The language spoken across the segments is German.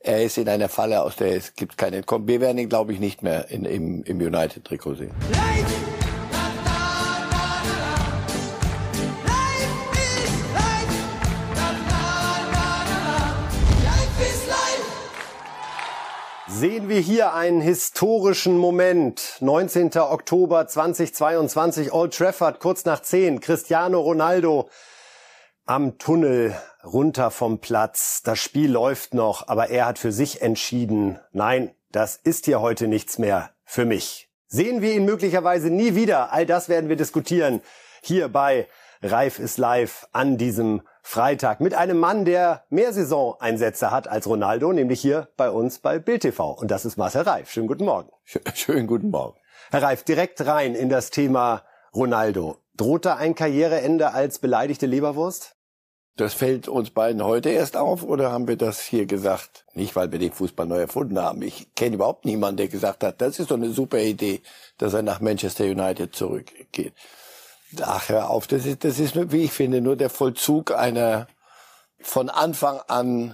Er ist in einer Falle, aus der es gibt kein Entkommen. Wir werden ihn, glaube ich, nicht mehr im United-Trikot sehen. Sehen wir hier einen historischen Moment. 19. Oktober 2022, Old Trafford, kurz nach 10. Cristiano Ronaldo am Tunnel runter vom Platz. Das Spiel läuft noch, aber er hat für sich entschieden, nein, das ist hier heute nichts mehr für mich. Sehen wir ihn möglicherweise nie wieder? All das werden wir diskutieren hier bei Reif ist live an diesem Freitag mit einem Mann, der mehr Saisoneinsätze hat als Ronaldo, nämlich hier bei uns bei Bild TV. Und das ist Marcel Reif. Schönen guten Morgen. Schönen guten Morgen. Herr Reif, direkt rein in das Thema Ronaldo. Droht da ein Karriereende als beleidigte Leberwurst? Das fällt uns beiden heute erst auf, oder haben wir das hier gesagt? Nicht, weil wir den Fußball neu erfunden haben. Ich kenne überhaupt niemanden, der gesagt hat, das ist doch eine super Idee, dass er nach Manchester United zurückgeht. Ach, hör auf, das ist, wie ich finde, nur der Vollzug einer von Anfang an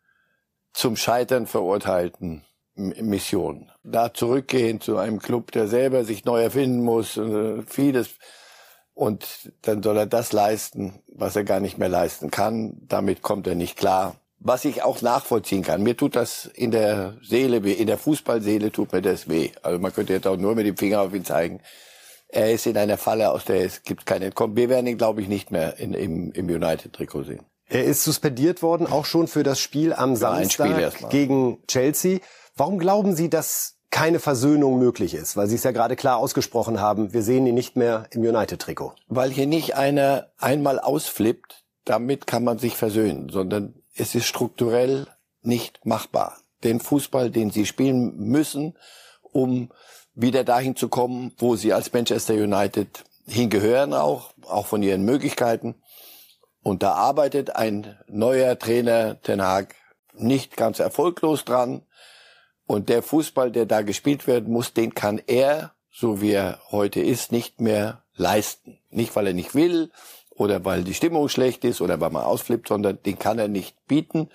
zum Scheitern verurteilten Mission. Da zurückgehen zu einem Club, der selber sich neu erfinden muss, vieles. Und dann soll er das leisten, was er gar nicht mehr leisten kann. Damit kommt er nicht klar. Was ich auch nachvollziehen kann. Mir tut das in der Seele weh, in der Fußballseele tut mir das weh. Also man könnte jetzt auch nur mit dem Finger auf ihn zeigen. Er ist in einer Falle, aus der es gibt kein Entkommen. Wir werden ihn, glaube ich, nicht mehr im United-Trikot sehen. Er ist suspendiert worden, auch schon für das Spiel am Samstag gegen Chelsea. Warum glauben Sie, dass keine Versöhnung möglich ist? Weil Sie es ja gerade klar ausgesprochen haben, wir sehen ihn nicht mehr im United-Trikot. Weil hier nicht einer einmal ausflippt, damit kann man sich versöhnen, sondern es ist strukturell nicht machbar. Den Fußball, den Sie spielen müssen, um wieder dahin zu kommen, wo sie als Manchester United hingehören, auch von ihren Möglichkeiten. Und da arbeitet ein neuer Trainer, Ten Hag, nicht ganz erfolglos dran. Und der Fußball, der da gespielt werden muss, den kann er, so wie er heute ist, nicht mehr leisten. Nicht, weil er nicht will oder weil die Stimmung schlecht ist oder weil man ausflippt, sondern den kann er nicht bieten.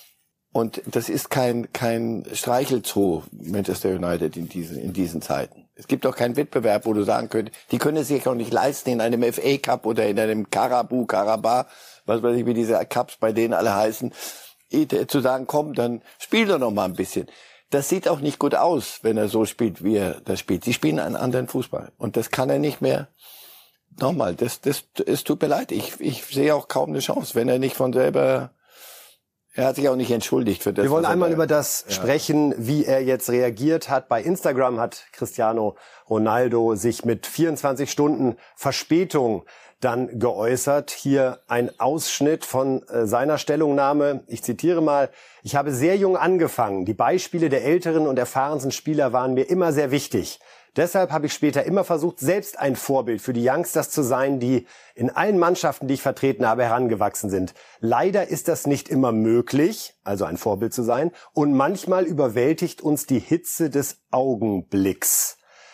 Und das ist kein Streichelzoo, Manchester United in diesen Zeiten. Es gibt auch keinen Wettbewerb, wo du sagen könntest, die können es sich auch nicht leisten in einem FA Cup oder in einem Karabach, was weiß ich, wie diese Cups bei denen alle heißen, zu sagen, komm, dann spiel doch noch mal ein bisschen. Das sieht auch nicht gut aus, wenn er so spielt, wie er das spielt. Sie spielen einen anderen Fußball. Und das kann er nicht mehr. Nochmal, es tut mir leid. Ich sehe auch kaum eine Chance, wenn er nicht von selber. Er hat sich auch nicht entschuldigt für das. Wir wollen einmal über das sprechen, wie er jetzt reagiert hat. Bei Instagram hat Cristiano Ronaldo sich mit 24 Stunden Verspätung dann geäußert. Hier ein Ausschnitt von seiner Stellungnahme. Ich zitiere mal. Ich habe sehr jung angefangen. Die Beispiele der älteren und erfahrensten Spieler waren mir immer sehr wichtig. Deshalb habe ich später immer versucht, selbst ein Vorbild für die Youngsters zu sein, die in allen Mannschaften, die ich vertreten habe, herangewachsen sind. Leider ist das nicht immer möglich, also ein Vorbild zu sein, und manchmal überwältigt uns die Hitze des Augenblicks.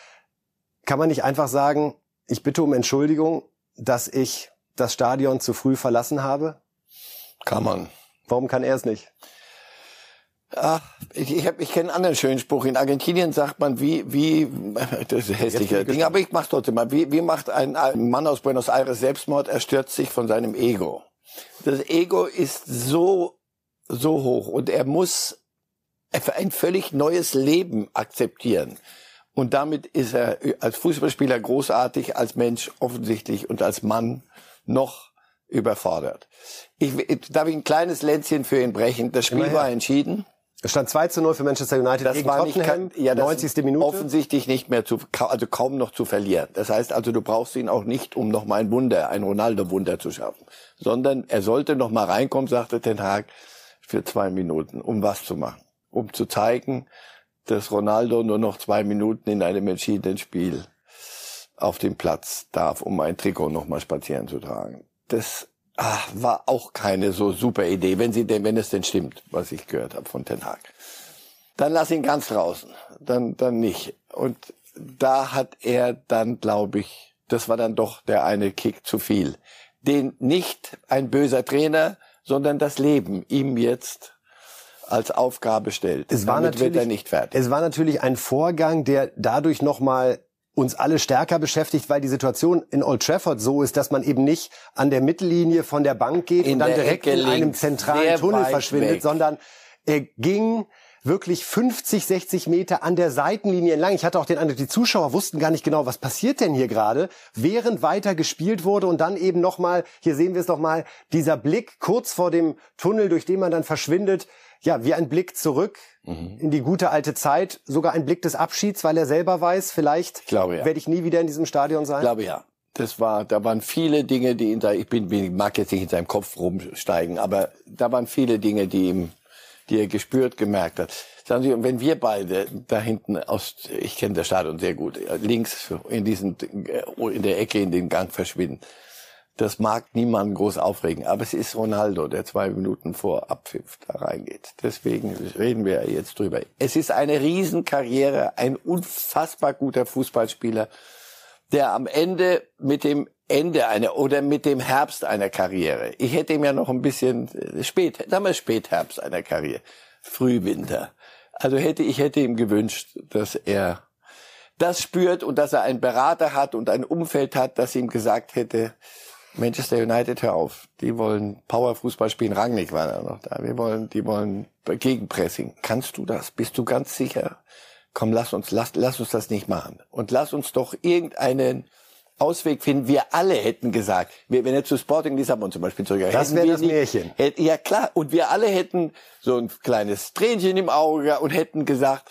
Kann man nicht einfach sagen, ich bitte um Entschuldigung, dass ich das Stadion zu früh verlassen habe? Kann man. Warum kann er es nicht? Ach, ich kenne einen anderen schönen Spruch. In Argentinien sagt man, das ist ein hässlicher Ding, aber ich mach's trotzdem mal. Wie macht ein Mann aus Buenos Aires Selbstmord? Er stürzt sich von seinem Ego. Das Ego ist so hoch und er muss ein völlig neues Leben akzeptieren. Und damit ist er als Fußballspieler großartig, als Mensch offensichtlich und als Mann noch überfordert. Darf ich ein kleines Länzchen für ihn brechen? Das Spiel war entschieden. Es stand 2:0 für Manchester United gegen Tottenham, 90. Minute. Offensichtlich nicht mehr also kaum noch zu verlieren. Das heißt also, du brauchst ihn auch nicht, um noch mal ein Ronaldo-Wunder zu schaffen. Sondern er sollte noch mal reinkommen, sagte Ten Hag, für 2 Minuten, um was zu machen. Um zu zeigen, dass Ronaldo nur noch 2 Minuten in einem entschiedenen Spiel auf dem Platz darf, um ein Trikot noch mal spazieren zu tragen. Das war auch keine so super Idee, wenn es denn stimmt, was ich gehört habe von Ten Hag. Dann lass ihn ganz draußen, dann nicht. Und da hat er dann, glaube ich, das war dann doch der eine Kick zu viel, den nicht ein böser Trainer, sondern das Leben ihm jetzt als Aufgabe stellt. Damit wird er nicht fertig. Es war natürlich ein Vorgang, der dadurch nochmal uns alle stärker beschäftigt, weil die Situation in Old Trafford so ist, dass man eben nicht an der Mittellinie von der Bank geht und dann direkt in einem zentralen Tunnel verschwindet, sondern er ging wirklich 50, 60 Meter an der Seitenlinie entlang. Ich hatte auch den Eindruck, die Zuschauer wussten gar nicht genau, was passiert denn hier gerade, während weiter gespielt wurde und dann eben nochmal, hier sehen wir es nochmal, dieser Blick kurz vor dem Tunnel, durch den man dann verschwindet, ja, wie ein Blick zurück in die gute alte Zeit, sogar ein Blick des Abschieds, weil er selber weiß, vielleicht werde ich nie wieder in diesem Stadion sein. Ich glaube ja. Da waren viele Dinge, die ich mag jetzt nicht in seinem Kopf rumsteigen, aber da waren viele Dinge, die er gespürt, gemerkt hat. Sagen Sie, wenn wir beide da hinten ich kenne das Stadion sehr gut, links in der Ecke in den Gang verschwinden, das mag niemanden groß aufregen, aber es ist Ronaldo, der 2 Minuten vor Abpfiff da reingeht. Deswegen reden wir jetzt drüber. Es ist eine Riesenkarriere, ein unfassbar guter Fußballspieler, der am Ende mit dem Herbst einer Karriere. Ich hätte ihm ja noch ein bisschen Spätherbst einer Karriere, Frühwinter. Also ich hätte ihm gewünscht, dass er das spürt und dass er einen Berater hat und ein Umfeld hat, das ihm gesagt hätte, Manchester United, hör auf. Die wollen Powerfußball spielen. Rangnick war da noch da. Die wollen Gegenpressing. Kannst du das? Bist du ganz sicher? Komm, lass uns das nicht machen. Und lass uns doch irgendeinen Ausweg finden. Wir alle hätten gesagt, wenn er zu Sporting Lissabon zum Beispiel zurück, das wäre das Märchen. Ja klar. Und wir alle hätten so ein kleines Tränchen im Auge und hätten gesagt,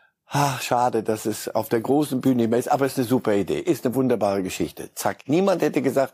schade, dass es auf der großen Bühne nicht mehr ist, aber es ist eine super Idee, ist eine wunderbare Geschichte. Zack, niemand hätte gesagt,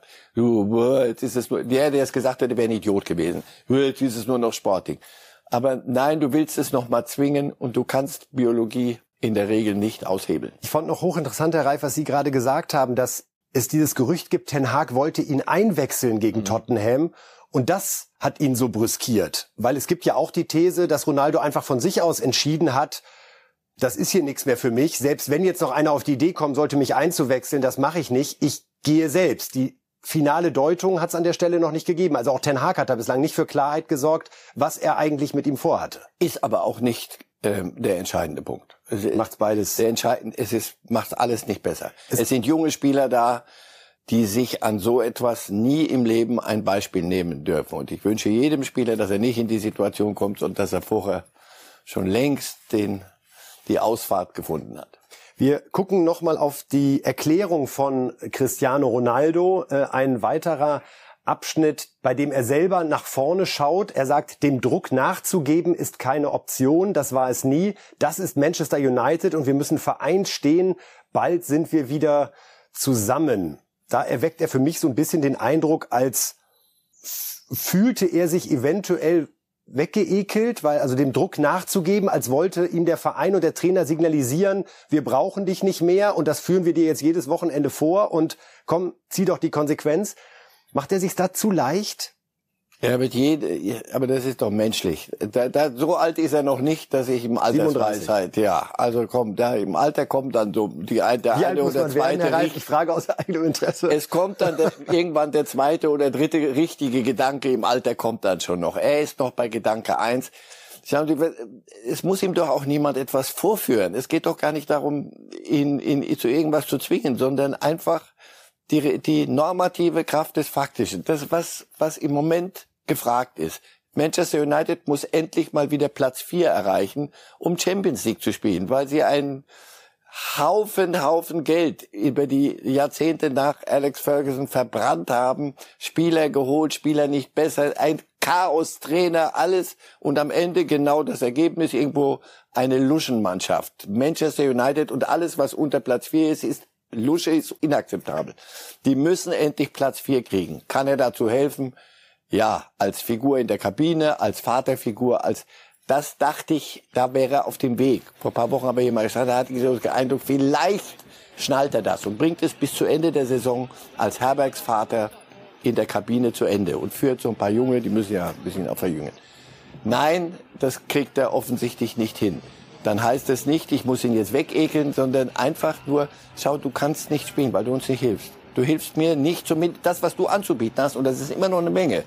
jetzt ist es nur, der es gesagt hätte, wäre ein Idiot gewesen. Jetzt ist es nur noch Sporting. Aber nein, du willst es noch mal zwingen und du kannst Biologie in der Regel nicht aushebeln. Ich fand noch hochinteressant, Herr Reif, was Sie gerade gesagt haben, dass es dieses Gerücht gibt, Ten Hag wollte ihn einwechseln gegen Tottenham. Und das hat ihn so brüskiert. Weil es gibt ja auch die These, dass Ronaldo einfach von sich aus entschieden hat, das ist hier nichts mehr für mich. Selbst wenn jetzt noch einer auf die Idee kommen sollte, mich einzuwechseln, das mache ich nicht. Ich gehe selbst. Die finale Deutung hat es an der Stelle noch nicht gegeben. Also auch Ten Hag hat da bislang nicht für Klarheit gesorgt, was er eigentlich mit ihm vorhatte. Ist aber auch nicht der entscheidende Punkt. Macht's beides. Macht's alles nicht besser. Es sind junge Spieler da, die sich an so etwas nie im Leben ein Beispiel nehmen dürfen. Und ich wünsche jedem Spieler, dass er nicht in die Situation kommt und dass er vorher schon längst die Ausfahrt gefunden hat. Wir gucken nochmal auf die Erklärung von Cristiano Ronaldo. Ein weiterer Abschnitt, bei dem er selber nach vorne schaut. Er sagt, dem Druck nachzugeben ist keine Option. Das war es nie. Das ist Manchester United und wir müssen vereint stehen. Bald sind wir wieder zusammen. Da erweckt er für mich so ein bisschen den Eindruck, als fühlte er sich eventuell weggeekelt, weil also dem Druck nachzugeben, als wollte ihm der Verein und der Trainer signalisieren, wir brauchen dich nicht mehr und das führen wir dir jetzt jedes Wochenende vor und komm, zieh doch die Konsequenz. Macht er sich's da zu leicht? Ja, aber das ist doch menschlich. So alt ist er noch nicht, dass ich im Altersweisheit, also im Alter kommt dann so der eine oder zweite. Ich frage aus eigenem Interesse. Es kommt dann irgendwann der zweite oder dritte richtige Gedanke im Alter kommt dann schon noch. Er ist noch bei Gedanke 1. Es muss ihm doch auch niemand etwas vorführen. Es geht doch gar nicht darum, ihn zu irgendwas zu zwingen, sondern einfach die normative Kraft des Faktischen. Das, was im Moment gefragt ist. Manchester United muss endlich mal wieder Platz 4 erreichen, um Champions League zu spielen, weil sie einen Haufen Geld über die Jahrzehnte nach Alex Ferguson verbrannt haben, Spieler geholt, Spieler nicht besser, ein Chaos-Trainer, alles und am Ende genau das Ergebnis, irgendwo eine Luschenmannschaft. Manchester United und alles, was unter Platz 4 ist Lusche, ist inakzeptabel. Die müssen endlich Platz 4 kriegen. Kann er dazu helfen? Ja, als Figur in der Kabine, als Vaterfigur, das dachte ich, da wäre er auf dem Weg. Vor ein paar Wochen habe ich mal gesagt, da hatte ich so den Eindruck, vielleicht schnallt er das und bringt es bis zu Ende der Saison als Herbergsvater in der Kabine zu Ende und führt so ein paar Junge, die müssen ja ein bisschen auch verjüngen. Nein, das kriegt er offensichtlich nicht hin. Dann heißt es nicht, ich muss ihn jetzt wegekeln, sondern einfach nur, schau, du kannst nicht spielen, weil du uns nicht hilfst. Du hilfst mir nicht, zumindest das, was du anzubieten hast, und das ist immer noch eine Menge.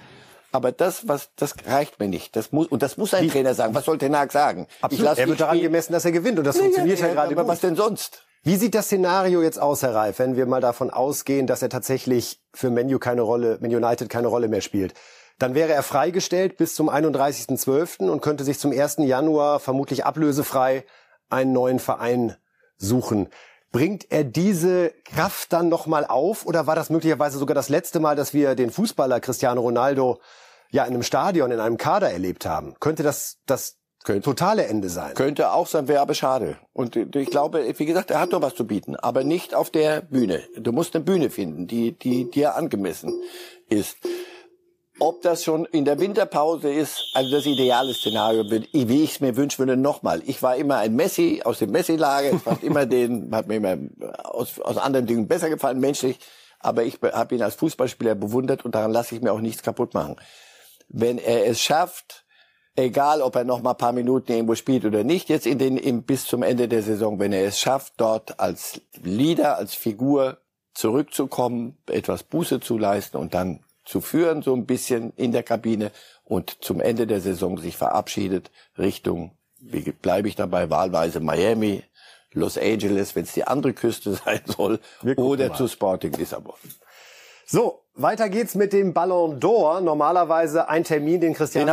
Aber das reicht mir nicht. Das muss ein Trainer sagen. Was soll Ten Hag sagen? Absolut. Er wird daran gemessen, dass er gewinnt. Und das funktioniert ja gerade aber gut. Was denn sonst? Wie sieht das Szenario jetzt aus, Herr Reif, wenn wir mal davon ausgehen, dass er tatsächlich für Man United keine Rolle mehr spielt? Dann wäre er freigestellt bis zum 31.12. und könnte sich zum 1. Januar vermutlich ablösefrei einen neuen Verein suchen. Bringt er diese Kraft dann nochmal auf oder war das möglicherweise sogar das letzte Mal, dass wir den Fußballer Cristiano Ronaldo ja in einem Stadion, in einem Kader erlebt haben? Könnte das totale Ende sein? Könnte auch sein, wäre aber schade. Und ich glaube, wie gesagt, er hat doch was zu bieten, aber nicht auf der Bühne. Du musst eine Bühne finden, die dir angemessen ist. Ob das schon in der Winterpause ist, also das ideale Szenario, wie ich es mir wünschen würde, nochmal. Ich war immer ein Messi aus dem Messi-Lager. Ich fand immer hat mir immer aus anderen Dingen besser gefallen, menschlich. Aber ich habe ihn als Fußballspieler bewundert und daran lasse ich mir auch nichts kaputt machen. Wenn er es schafft, egal ob er noch mal ein paar Minuten irgendwo spielt oder nicht, jetzt bis zum Ende der Saison, wenn er es schafft, dort als Leader, als Figur zurückzukommen, etwas Buße zu leisten und dann zu führen, so ein bisschen in der Kabine und zum Ende der Saison sich verabschiedet Richtung, wie bleibe ich dabei, wahlweise Miami, Los Angeles, wenn es die andere Küste sein soll, oder zu Sporting Lissabon. So, weiter geht's mit dem Ballon d'Or. Normalerweise ein Termin, den Cristiano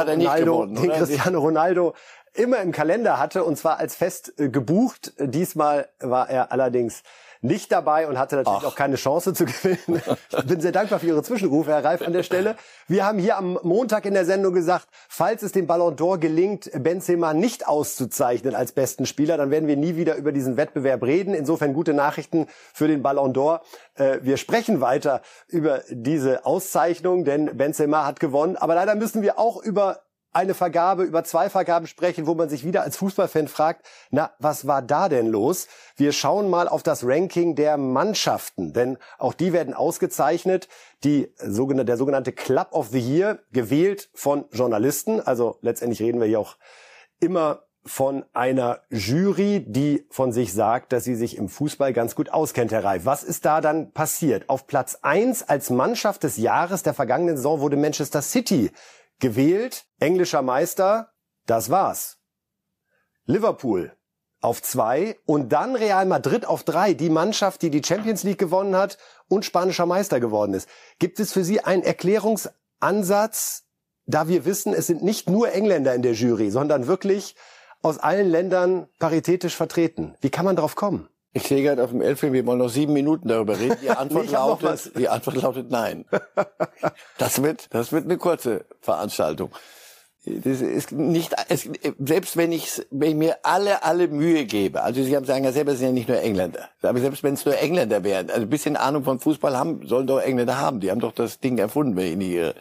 Ronaldo immer im Kalender hatte, und zwar als fest gebucht. Diesmal war er allerdings nicht dabei und hatte natürlich auch keine Chance zu gewinnen. Ich bin sehr dankbar für Ihre Zwischenrufe, Herr Reif, an der Stelle. Wir haben hier am Montag in der Sendung gesagt, falls es dem Ballon d'Or gelingt, Benzema nicht auszuzeichnen als besten Spieler, dann werden wir nie wieder über diesen Wettbewerb reden. Insofern gute Nachrichten für den Ballon d'Or. Wir sprechen weiter über diese Auszeichnung, denn Benzema hat gewonnen. Aber leider müssen wir auch über über zwei Vergaben sprechen, wo man sich wieder als Fußballfan fragt, was war da denn los? Wir schauen mal auf das Ranking der Mannschaften, denn auch die werden ausgezeichnet. Der sogenannte Club of the Year, gewählt von Journalisten. Also letztendlich reden wir hier auch immer von einer Jury, die von sich sagt, dass sie sich im Fußball ganz gut auskennt, Herr Reif. Was ist da dann passiert? Auf Platz 1 als Mannschaft des Jahres der vergangenen Saison wurde Manchester City gewählt, englischer Meister, das war's. Liverpool auf 2 und dann Real Madrid auf 3, die Mannschaft, die die Champions League gewonnen hat und spanischer Meister geworden ist. Gibt es für Sie einen Erklärungsansatz, da wir wissen, es sind nicht nur Engländer in der Jury, sondern wirklich aus allen Ländern paritätisch vertreten? Wie kann man drauf kommen? Ich sehe gerade auf dem Elfring, wir wollen noch 7 Minuten darüber reden. Die Antwort lautet nein. Das wird eine kurze Veranstaltung. Das ist nicht, selbst wenn ich mir alle Mühe gebe, also Sie sagen ja selber, es sind ja nicht nur Engländer, aber selbst wenn es nur Engländer wären, also ein bisschen Ahnung von Fußball sollen doch Engländer haben, die haben doch das Ding erfunden, wenn ich nicht irre.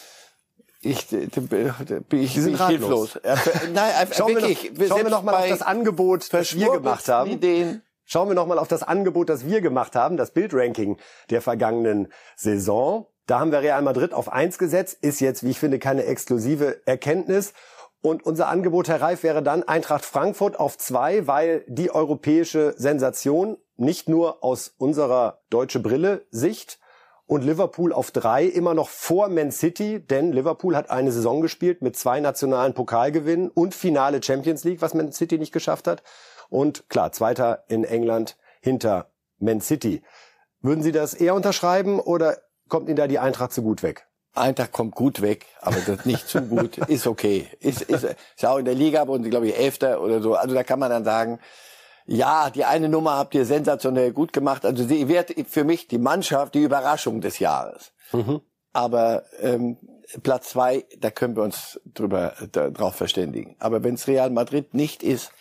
Ich bin hilflos. Nein, schauen wir noch mal auf das Angebot, das wir gemacht haben. Schauen wir nochmal auf das Angebot, das wir gemacht haben, das Bildranking der vergangenen Saison. Da haben wir Real Madrid auf 1 gesetzt, ist jetzt, wie ich finde, keine exklusive Erkenntnis. Und unser Angebot, Herr Reif, wäre dann Eintracht Frankfurt auf 2, weil die europäische Sensation nicht nur aus unserer deutsche Brille Sicht, und Liverpool auf 3 immer noch vor Man City, denn Liverpool hat eine Saison gespielt mit 2 nationalen Pokalgewinnen und Finale Champions League, was Man City nicht geschafft hat. Und klar, Zweiter in England hinter Man City. Würden Sie das eher unterschreiben oder kommt Ihnen da die Eintracht zu gut weg? Eintracht kommt gut weg, aber das nicht zu gut, ist okay. Ist auch in der Liga, wurden sie, glaube ich, 11. oder so. Also da kann man dann sagen, ja, die eine Nummer habt ihr sensationell gut gemacht. Also sie wird für mich die Mannschaft die Überraschung des Jahres. Mhm. Aber Platz 2, da können wir uns drauf verständigen. Aber wenn es Real Madrid nicht ist,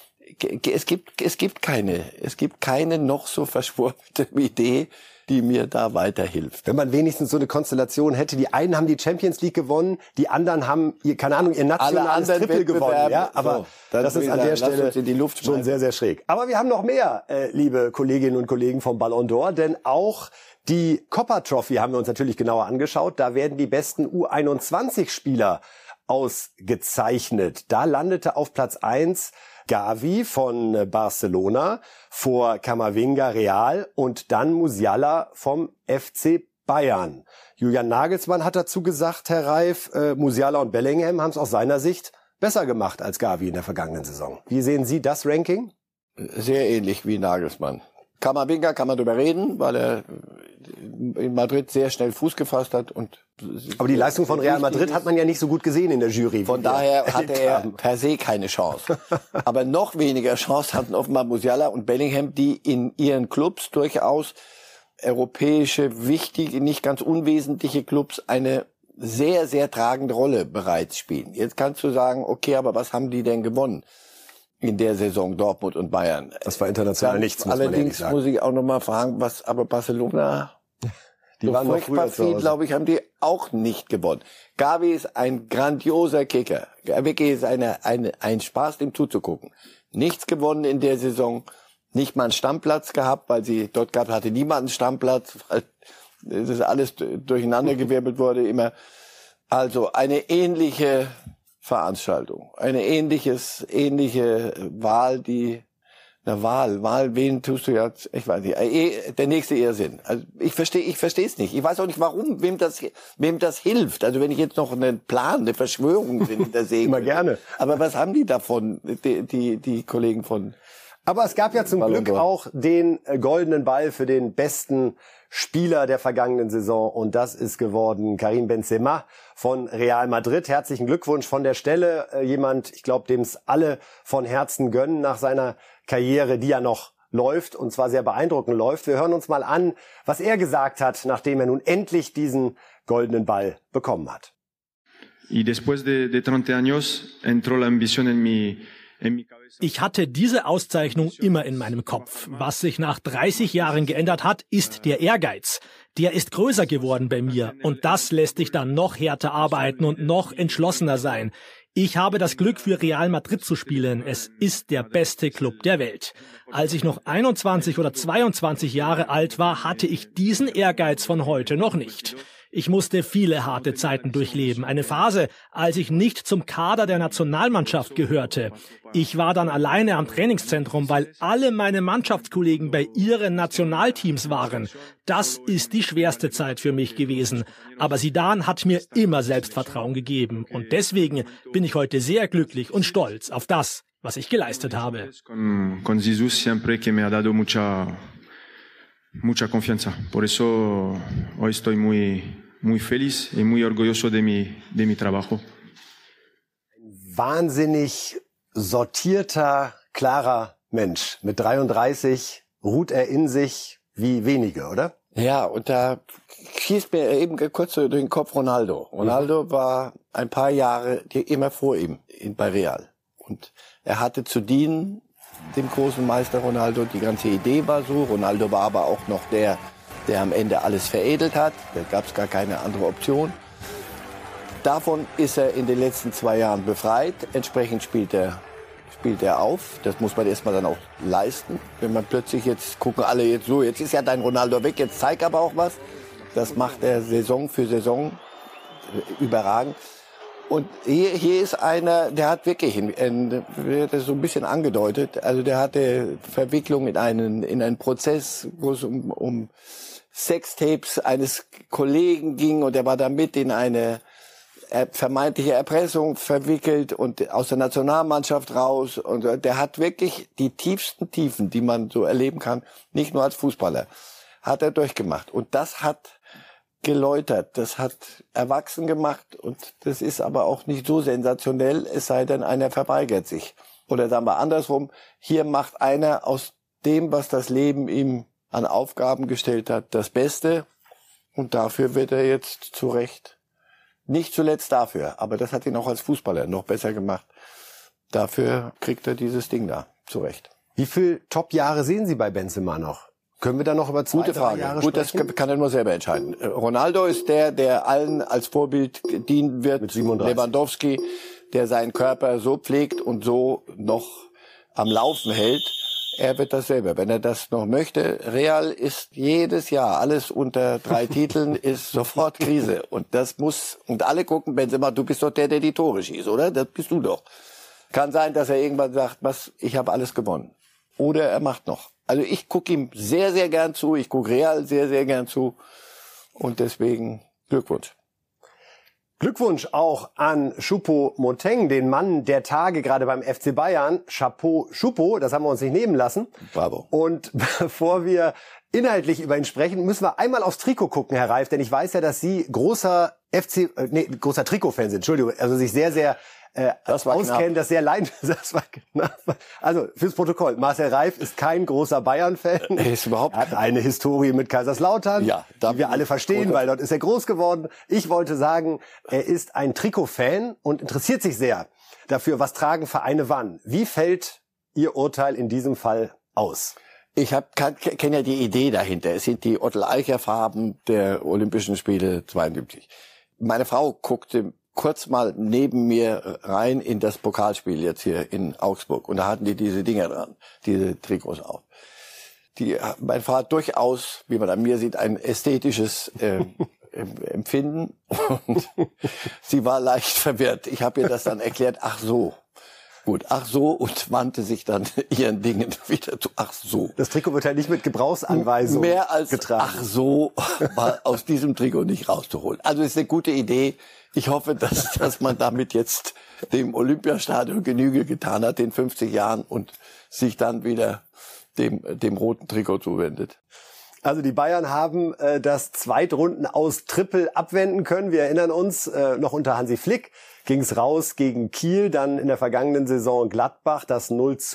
es gibt keine noch so verschwurbelte Idee, die mir da weiterhilft. Wenn man wenigstens so eine Konstellation hätte, die einen haben die Champions League gewonnen, die anderen haben, ihr nationales Triple gewonnen. Ja, aber so, das ist an der Stelle schon sehr, sehr schräg. Aber wir haben noch mehr, liebe Kolleginnen und Kollegen vom Ballon d'Or, denn auch die Copa Trophy haben wir uns natürlich genauer angeschaut. Da werden die besten U21-Spieler ausgezeichnet. Da landete auf Platz 1 Gavi von Barcelona, vor Camavinga Real und dann Musiala vom FC Bayern. Julian Nagelsmann hat dazu gesagt, Herr Reif, Musiala und Bellingham haben es aus seiner Sicht besser gemacht als Gavi in der vergangenen Saison. Wie sehen Sie das Ranking? Sehr ähnlich wie Nagelsmann. Camavinga kann man drüber reden, weil er in Madrid sehr schnell Fuß gefasst hat. Aber die Leistung von Real Madrid hat man ja nicht so gut gesehen in der Jury. Von daher hatte er per se keine Chance. Aber noch weniger Chance hatten offenbar Musiala und Bellingham, die in ihren Clubs durchaus europäische, wichtige, nicht ganz unwesentliche Clubs eine sehr, sehr tragende Rolle bereits spielen. Jetzt kannst du sagen, okay, aber was haben die denn gewonnen in der Saison, Dortmund und Bayern? Das war international nichts, muss allerdings man ehrlich sagen. Muss ich auch noch mal fragen, was aber Barcelona, die waren noch früher zu Hause. glaube ich, haben die auch nicht gewonnen. Gavi ist ein grandioser Kicker. Wirklich ist ein Spaß, dem zuzugucken. Nichts gewonnen in der Saison, nicht mal einen Stammplatz gehabt, weil hatte niemand einen Stammplatz, weil das alles durcheinandergewirbelt wurde immer. Also eine ähnliche Veranstaltung, eine ähnliche Wahl, wen tust du jetzt? Ich weiß nicht. Der nächste Irrsinn. Also ich verstehe es nicht. Ich weiß auch nicht, warum, wem das hilft. Also wenn ich jetzt noch einen Plan, eine Verschwörung hinter sehe. Immer gerne. Aber was haben die davon, die Kollegen von? Aber es gab ja zum Glück auch den goldenen Ball für den besten Spieler der vergangenen Saison und das ist geworden Karim Benzema von Real Madrid. Herzlichen Glückwunsch von der Stelle. Jemand, ich glaube, dem es alle von Herzen gönnen nach seiner Karriere, die ja noch läuft und zwar sehr beeindruckend läuft. Wir hören uns mal an, was er gesagt hat, nachdem er nun endlich diesen goldenen Ball bekommen hat. Y después de 30 años entró la ambición en mi Ich hatte diese Auszeichnung immer in meinem Kopf. Was sich nach 30 Jahren geändert hat, ist der Ehrgeiz. Der ist größer geworden bei mir und das lässt dich dann noch härter arbeiten und noch entschlossener sein. Ich habe das Glück, für Real Madrid zu spielen. Es ist der beste Club der Welt. Als ich noch 21 oder 22 Jahre alt war, hatte ich diesen Ehrgeiz von heute noch nicht. Ich musste viele harte Zeiten durchleben. Eine Phase, als ich nicht zum Kader der Nationalmannschaft gehörte. Ich war dann alleine am Trainingszentrum, weil alle meine Mannschaftskollegen bei ihren Nationalteams waren. Das ist die schwerste Zeit für mich gewesen. Aber Zidane hat mir immer Selbstvertrauen gegeben. Und deswegen bin ich heute sehr glücklich und stolz auf das, was ich geleistet habe. Con Zizou siempre que me ha dado mucha confianza. Por eso hoy estoy muy feliz y muy orgulloso de mi trabajo. Wahnsinnig sortierter, klarer Mensch. Mit 33 ruht er in sich wie wenige, oder? Ja, und da schießt mir eben kurz durch den Kopf Ronaldo. Ronaldo war ein paar Jahre immer vor ihm bei Real. Und er hatte zu dienen, dem großen Meister Ronaldo. Die ganze Idee war so. Ronaldo war aber auch noch der am Ende alles veredelt hat. Da gab es gar keine andere Option. Davon ist er in den letzten 2 Jahren befreit. Entsprechend spielt er auf. Das muss man erstmal dann auch leisten. Wenn man plötzlich jetzt gucken alle jetzt so, jetzt ist ja dein Ronaldo weg, jetzt zeig aber auch was. Das macht er Saison für Saison überragend. Und hier ist einer, der hat wirklich, das so ein bisschen angedeutet, also der hatte Verwicklung in einen Prozess, wo es um Sextapes eines Kollegen ging und er war damit in eine vermeintliche Erpressung verwickelt und aus der Nationalmannschaft raus. Und der hat wirklich die tiefsten Tiefen, die man so erleben kann, nicht nur als Fußballer, hat er durchgemacht. Und das hat geläutert, das hat erwachsen gemacht und das ist aber auch nicht so sensationell, es sei denn, einer verweigert sich. Oder sagen wir andersrum, hier macht einer aus dem, was das Leben ihm an Aufgaben gestellt hat, das Beste und dafür wird er jetzt zu Recht, nicht zuletzt dafür, aber das hat ihn auch als Fußballer noch besser gemacht, dafür kriegt er dieses Ding da, zu Recht. Wie viele Top-Jahre sehen Sie bei Benzema noch? Können wir da noch über 2-3 Jahre Gut, sprechen? Das kann er nur selber entscheiden. Ronaldo ist der allen als Vorbild dienen wird. Mit 37. Lewandowski, der seinen Körper so pflegt und so noch am Laufen hält. Er wird das selber, wenn er das noch möchte. Real ist jedes Jahr, alles unter 3 Titeln ist sofort Krise. Und das muss, und alle gucken, Benzema, du bist doch der die Tore schießt, oder? Das bist du doch. Kann sein, dass er irgendwann sagt, ich habe alles gewonnen. Oder er macht noch. Also ich gucke ihm sehr, sehr gern zu. Ich gucke Real sehr, sehr gern zu. Und deswegen Glückwunsch. Glückwunsch auch an Choupo-Moting, den Mann der Tage gerade beim FC Bayern. Chapeau Choupo, das haben wir uns nicht nehmen lassen. Bravo. Und bevor wir inhaltlich über ihn sprechen, müssen wir einmal aufs Trikot gucken, Herr Reif, denn ich weiß ja, dass Sie großer Trikot-Fan sind. Entschuldigung, also sich sehr, sehr auskennen, das sehr das war knapp. Also fürs Protokoll, Marcel Reif ist kein großer Bayern-Fan. Er ist überhaupt hat eine Historie mit Kaiserslautern, ja, die wir alle verstehen, weil dort ist er groß geworden. Ich wollte sagen, er ist ein Trikot-Fan und interessiert sich sehr dafür, was tragen Vereine wann. Wie fällt Ihr Urteil in diesem Fall aus? Ich kenne ja die Idee dahinter. Es sind die Ottel-Eicher-Farben der Olympischen Spiele 72. Meine Frau guckte kurz mal neben mir rein in das Pokalspiel jetzt hier in Augsburg. Und da hatten die diese Dinger dran, diese Trikots auf. Meine Frau hat durchaus, wie man an mir sieht, ein ästhetisches Empfinden. Und sie war leicht verwirrt. Ich habe ihr das dann erklärt, ach so. Gut, ach so, und wandte sich dann ihren Dingen wieder zu, ach so. Das Trikot wird halt nicht mit Gebrauchsanweisung mehr als getragen. Ach so, war aus diesem Trikot nicht rauszuholen. Also ist eine gute Idee. Ich hoffe, dass man damit jetzt dem Olympiastadion Genüge getan hat in 50 Jahren und sich dann wieder dem roten Trikot zuwendet. Also die Bayern haben das Zweitrunden aus Triple abwenden können. Wir erinnern uns, noch unter Hansi Flick ging's raus gegen Kiel, dann in der vergangenen Saison Gladbach, das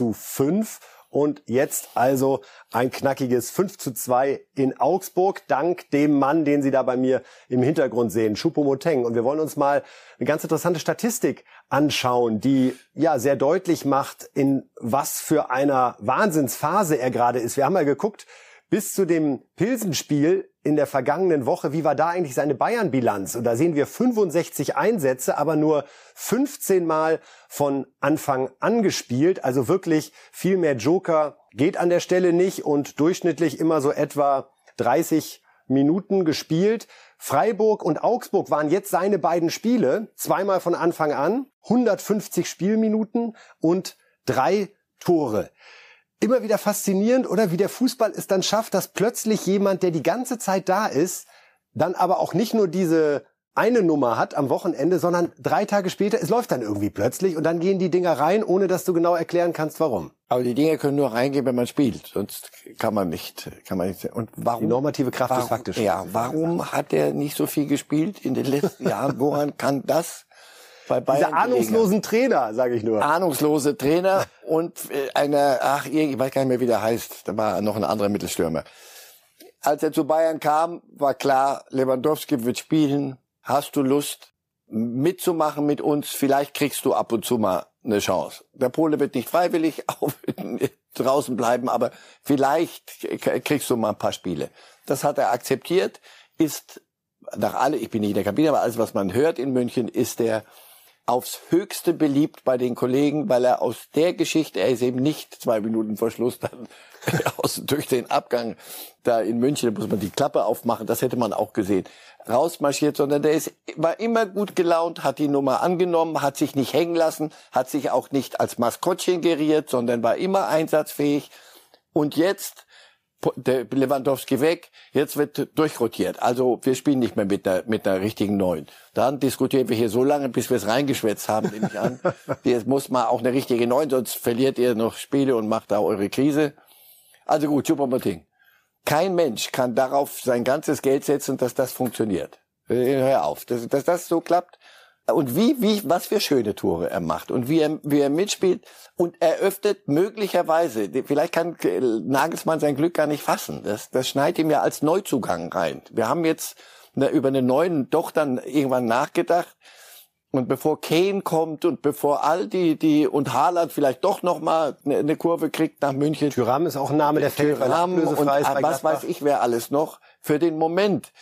0:5 und jetzt also ein knackiges 5:2 in Augsburg, dank dem Mann, den Sie da bei mir im Hintergrund sehen, Choupo-Moting. Und wir wollen uns mal eine ganz interessante Statistik anschauen, die ja sehr deutlich macht, in was für einer Wahnsinnsphase er gerade ist. Wir haben mal geguckt, bis zu dem Pilsenspiel in der vergangenen Woche, wie war da eigentlich seine Bayern-Bilanz? Und da sehen wir 65 Einsätze, aber nur 15 Mal von Anfang an gespielt. Also wirklich viel mehr Joker geht an der Stelle nicht und durchschnittlich immer so etwa 30 Minuten gespielt. Freiburg und Augsburg waren jetzt seine beiden Spiele, zweimal von Anfang an, 150 Spielminuten und 3 Tore. Immer wieder faszinierend, oder wie der Fußball es dann schafft, dass plötzlich jemand, der die ganze Zeit da ist, dann aber auch nicht nur diese eine Nummer hat am Wochenende, sondern 3 Tage später, es läuft dann irgendwie plötzlich und dann gehen die Dinger rein, ohne dass du genau erklären kannst, warum. Aber die Dinger können nur reingehen, wenn man spielt, sonst kann man nicht. Und warum? Die normative Kraft ist faktisch. Ja, warum hat er nicht so viel gespielt in den letzten Jahren? Woran kann das bei Bayern Diese ahnungslosen Trainer, sage ich nur. Ahnungslose Trainer und ich weiß gar nicht mehr, wie der heißt. Da war noch ein anderer Mittelstürmer. Als er zu Bayern kam, war klar, Lewandowski wird spielen. Hast du Lust mitzumachen mit uns? Vielleicht kriegst du ab und zu mal eine Chance. Der Pole wird nicht freiwillig draußen bleiben, aber vielleicht kriegst du mal ein paar Spiele. Das hat er akzeptiert, ist ich bin nicht in der Kabine, aber alles, was man hört in München, ist der aufs Höchste beliebt bei den Kollegen, weil er aus der Geschichte, er ist eben nicht 2 Minuten vor Schluss dann durch den Abgang da in München, da muss man die Klappe aufmachen, das hätte man auch gesehen, rausmarschiert, sondern war immer gut gelaunt, hat die Nummer angenommen, hat sich nicht hängen lassen, hat sich auch nicht als Maskottchen geriert, sondern war immer einsatzfähig. Und jetzt der Lewandowski weg, jetzt wird durchrotiert. Also wir spielen nicht mehr mit der richtigen Neun. Dann diskutieren wir hier so lange, bis wir es reingeschwätzt haben, nehme ich an. Jetzt muss man auch eine richtige Neun, sonst verliert ihr noch Spiele und macht da eure Krise. Also gut, Choupo-Moting. Kein Mensch kann darauf sein ganzes Geld setzen, dass das funktioniert. Hör auf, dass das so klappt. Und was für schöne Tore er macht und wie er mitspielt und eröffnet möglicherweise, vielleicht kann Nagelsmann sein Glück gar nicht fassen. Das schneit ihm ja als Neuzugang rein. Wir haben jetzt über eine neuen doch dann irgendwann nachgedacht. Und bevor Kane kommt und bevor all die und Haaland vielleicht doch noch mal eine Kurve kriegt nach München. Thuram ist auch ein Name, der fällt, weil ablösefrei ist. Und was weiß ich, wer alles noch für den Moment.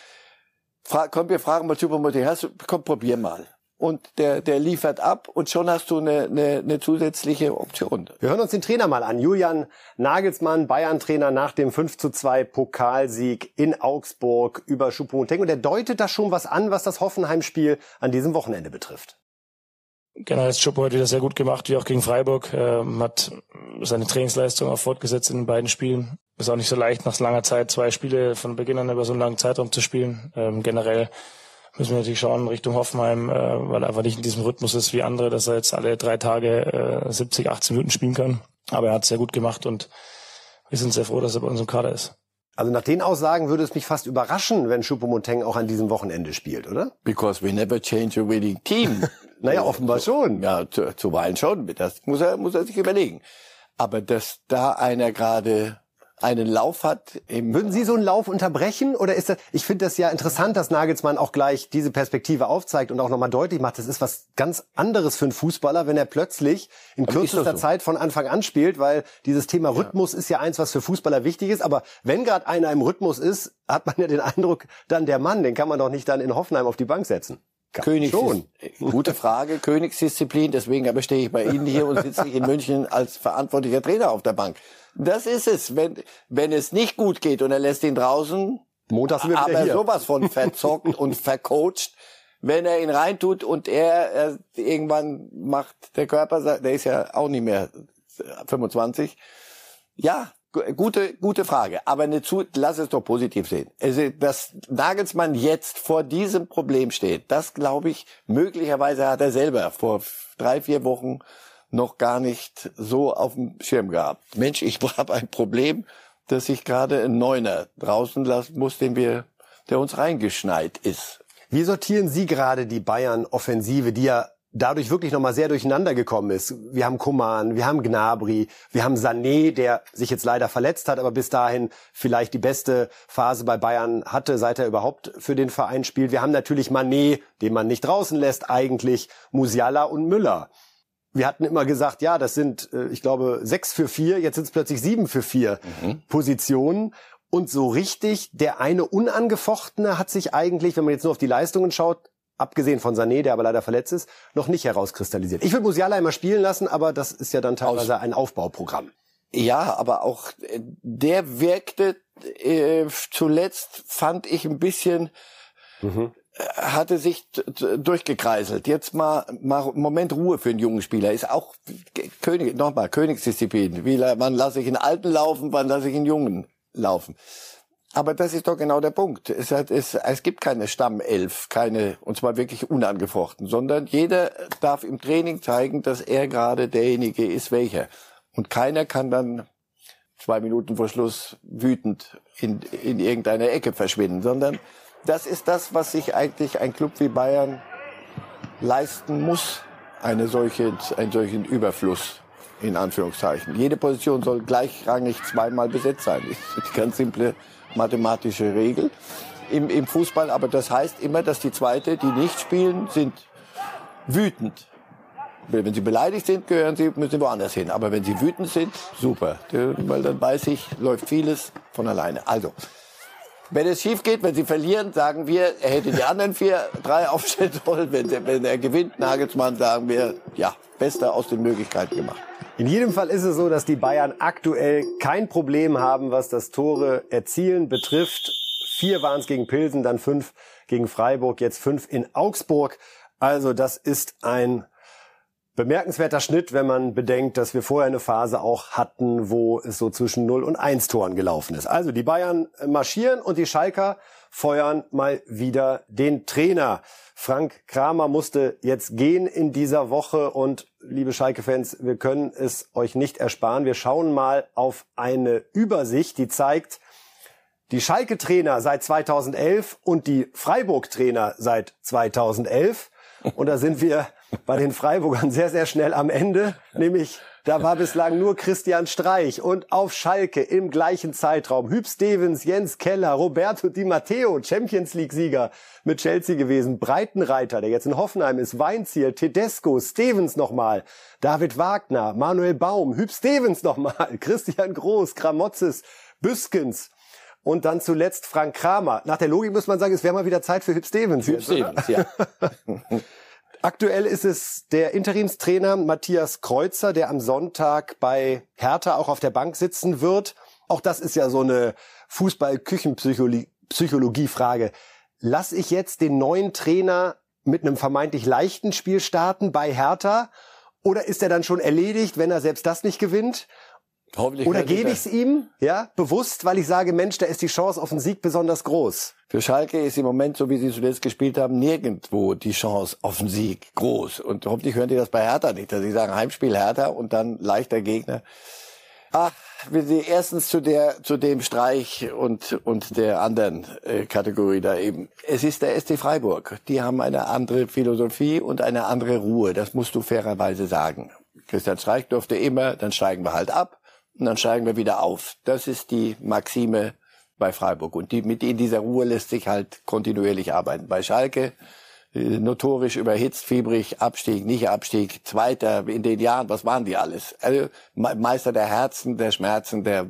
Wir fragen mal Choupo-Moting, komm, probier mal. Und der liefert ab und schon hast du eine zusätzliche Option. Wir hören uns den Trainer mal an. Julian Nagelsmann, Bayern-Trainer nach dem 5:2 Pokalsieg in Augsburg über Choupo-Moting. Und er deutet da schon was an, was das Hoffenheim-Spiel an diesem Wochenende betrifft. Genau, das Choupo hat wieder sehr gut gemacht, wie auch gegen Freiburg. Hat seine Trainingsleistung auch fortgesetzt in den beiden Spielen. Ist auch nicht so leicht, nach langer Zeit 2 Spiele von Beginn an über so einen langen Zeitraum zu spielen. Generell müssen wir natürlich schauen Richtung Hoffenheim, weil er einfach nicht in diesem Rhythmus ist wie andere, dass er jetzt alle 3 Tage 70, 18 Minuten spielen kann. Aber er hat es sehr gut gemacht und wir sind sehr froh, dass er bei uns im Kader ist. Also nach den Aussagen würde es mich fast überraschen, wenn Choupo-Moting auch an diesem Wochenende spielt, oder? Because we never change a winning team. Naja, offenbar schon. Ja, zuweilen schon. Das muss er sich überlegen. Aber dass da einer gerade einen Lauf hat. Würden Sie so einen Lauf unterbrechen? Oder ist das, ich finde das ja interessant, dass Nagelsmann auch gleich diese Perspektive aufzeigt und auch nochmal deutlich macht, das ist was ganz anderes für einen Fußballer, wenn er plötzlich in kürzester Zeit von Anfang an spielt, weil dieses Thema Rhythmus ist ja eins, was für Fußballer wichtig ist. Aber wenn gerade einer im Rhythmus ist, hat man ja den Eindruck, dann der Mann, den kann man doch nicht dann in Hoffenheim auf die Bank setzen. Gute Frage, Königsdisziplin, deswegen aber stehe ich bei Ihnen hier und sitze in München als verantwortlicher Trainer auf der Bank. Das ist es, wenn es nicht gut geht und er lässt ihn draußen, Montag sind wir wieder hier. Sowas von verzockt und vercoacht, wenn er ihn reintut und er irgendwann macht der Körper, der ist ja auch nicht mehr 25. Ja, gute Frage, aber lass es doch positiv sehen. Also, dass Nagelsmann jetzt vor diesem Problem steht, das glaube ich, möglicherweise hat er selber vor 3-4 Wochen noch gar nicht so auf dem Schirm gehabt. Mensch, ich habe ein Problem, dass ich gerade einen Neuner draußen lassen muss, der uns reingeschneit ist. Wie sortieren Sie gerade die Bayern-Offensive, die ja dadurch wirklich nochmal sehr durcheinander gekommen ist? Wir haben Coman, wir haben Gnabry, wir haben Sané, der sich jetzt leider verletzt hat, aber bis dahin vielleicht die beste Phase bei Bayern hatte, seit er überhaupt für den Verein spielt. Wir haben natürlich Mané, den man nicht draußen lässt eigentlich, Musiala und Müller. Wir hatten immer gesagt, ja, das sind, ich glaube, 6 für 4, jetzt sind es plötzlich 7 für 4 Positionen. Und so richtig, der eine Unangefochtene hat sich eigentlich, wenn man jetzt nur auf die Leistungen schaut, abgesehen von Sané, der aber leider verletzt ist, noch nicht herauskristallisiert. Ich will Musiala immer spielen lassen, aber das ist ja dann teilweise ein Aufbauprogramm. Ja, aber auch der wirkte zuletzt, fand ich ein bisschen... hatte sich durchgekreiselt. Jetzt mal Moment Ruhe für einen jungen Spieler. Ist auch Königsdisziplin. Wann lasse ich einen Alten laufen, wann lasse ich einen Jungen laufen? Aber das ist doch genau der Punkt. Es gibt keine Stammelf, und zwar wirklich unangefochten, sondern jeder darf im Training zeigen, dass er gerade derjenige ist, welcher. Und keiner kann dann 2 Minuten vor Schluss wütend in irgendeiner Ecke verschwinden, sondern das ist das, was sich eigentlich ein Club wie Bayern leisten muss, einen solchen Überfluss, in Anführungszeichen. Jede Position soll gleichrangig 2-mal besetzt sein. Das ist eine ganz simple mathematische Regel im Fußball. Aber das heißt immer, dass die Zweite, die nicht spielen, sind wütend. Wenn sie beleidigt sind, müssen sie woanders hin. Aber wenn sie wütend sind, super. Weil dann weiß ich, läuft vieles von alleine. Also, wenn es schief geht, wenn sie verlieren, sagen wir, er hätte die anderen 3 aufstellen sollen. Wenn er gewinnt, Nagelsmann, sagen wir, ja, Beste aus den Möglichkeiten gemacht. In jedem Fall ist es so, dass die Bayern aktuell kein Problem haben, was das Tore erzielen betrifft. 4 waren es gegen Pilsen, dann 5 gegen Freiburg, jetzt 5 in Augsburg. Also das ist ein bemerkenswerter Schnitt, wenn man bedenkt, dass wir vorher eine Phase auch hatten, wo es so zwischen 0 und 1 Toren gelaufen ist. Also die Bayern marschieren und die Schalker feuern mal wieder den Trainer. Frank Kramer musste jetzt gehen in dieser Woche und liebe Schalke-Fans, wir können es euch nicht ersparen. Wir schauen mal auf eine Übersicht, die zeigt, die Schalke-Trainer seit 2011 und die Freiburg-Trainer seit 2011. Und da sind wir bei den Freiburgern sehr, sehr schnell am Ende. Nämlich, da war bislang nur Christian Streich und auf Schalke im gleichen Zeitraum Huub Stevens, Jens Keller, Roberto Di Matteo, Champions League-Sieger mit Chelsea gewesen, Breitenreiter, der jetzt in Hoffenheim ist, Weinziel, Tedesco, Stevens nochmal, David Wagner, Manuel Baum, Huub Stevens nochmal, Christian Groß, Kramotzes, Büskens. Und dann zuletzt Frank Kramer. Nach der Logik muss man sagen, es wäre mal wieder Zeit für Huub Stevens. Huub Stevens, ja. Aktuell ist es der Interimstrainer Matthias Kreuzer, der am Sonntag bei Hertha auch auf der Bank sitzen wird. Auch das ist ja so eine Fußball-Küchenpsychologie-Frage. Lass ich jetzt den neuen Trainer mit einem vermeintlich leichten Spiel starten bei Hertha? Oder ist er dann schon erledigt, wenn er selbst das nicht gewinnt? Oder gebe ich es ihm, ja, bewusst, weil ich sage, Mensch, da ist die Chance auf den Sieg besonders groß. Für Schalke ist im Moment, so wie sie zuletzt gespielt haben, nirgendwo die Chance auf den Sieg groß. Und hoffentlich hören die das bei Hertha nicht, dass sie sagen, Heimspiel Hertha und dann leichter Gegner. Ach, wir sind erstens zu dem Streich und der anderen Kategorie da eben. Es ist der SC Freiburg. Die haben eine andere Philosophie und eine andere Ruhe. Das musst du fairerweise sagen. Christian Streich durfte immer, dann steigen wir halt ab und dann steigen wir wieder auf. Das ist die Maxime bei Freiburg. Und in dieser Ruhe lässt sich halt kontinuierlich arbeiten. Bei Schalke notorisch überhitzt, fiebrig, Abstieg, nicht Abstieg, Zweiter in den Jahren, was waren die alles? Also Meister der Herzen, der Schmerzen, der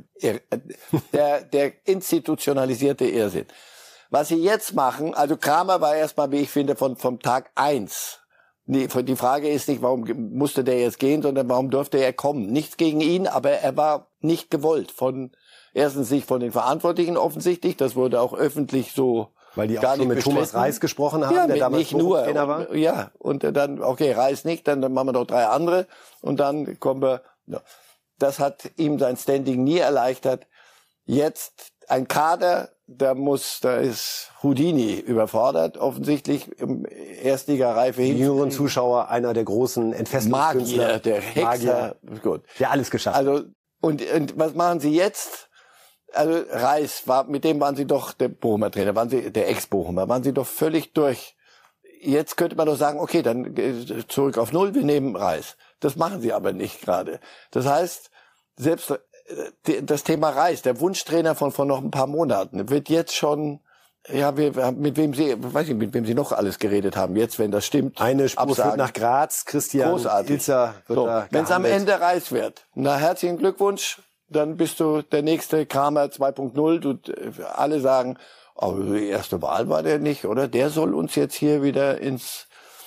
institutionalisierte Irrsinn. Was sie jetzt machen, also Kramer war erstmal, wie ich finde, vom Tag 1. Die Frage ist nicht, warum musste der jetzt gehen, sondern warum durfte er kommen? Nichts gegen ihn, aber er war nicht gewollt erstens nicht von den Verantwortlichen offensichtlich, das wurde auch öffentlich so. Weil die auch schon mit Thomas Reis gesprochen haben, ja, der damals nicht nur Trainer war? Ja, und dann, okay, Reis nicht, dann machen wir doch 3 andere und dann kommen wir. Ja. Das hat ihm sein Standing nie erleichtert. Jetzt ein Kader, da ist Houdini überfordert, offensichtlich im Erstligareife hin. Die jüngeren Zuschauer, einer der großen Entfesselungskünstler. Magier, der Hexer, gut. Der alles geschafft. Also, und was machen sie jetzt? Also Reis mit dem waren sie doch der Bochumer Trainer, der Ex-Bochumer, waren sie doch völlig durch. Jetzt könnte man doch sagen, okay, dann zurück auf Null, wir nehmen Reis. Das machen sie aber nicht gerade. Das heißt, selbst das Thema Reis, der Wunschtrainer von noch ein paar Monaten, wird jetzt schon, ja, mit wem sie noch alles geredet haben, jetzt, wenn das stimmt. Eine Spur führt nach Graz, Christian Ilzer wird so, da wenn es am Ende Reis wird, na, herzlichen Glückwunsch. Dann bist du der nächste Kramer 2.0. Alle sagen, oh, die erste Wahl war der nicht, oder? Der soll uns jetzt hier wieder ins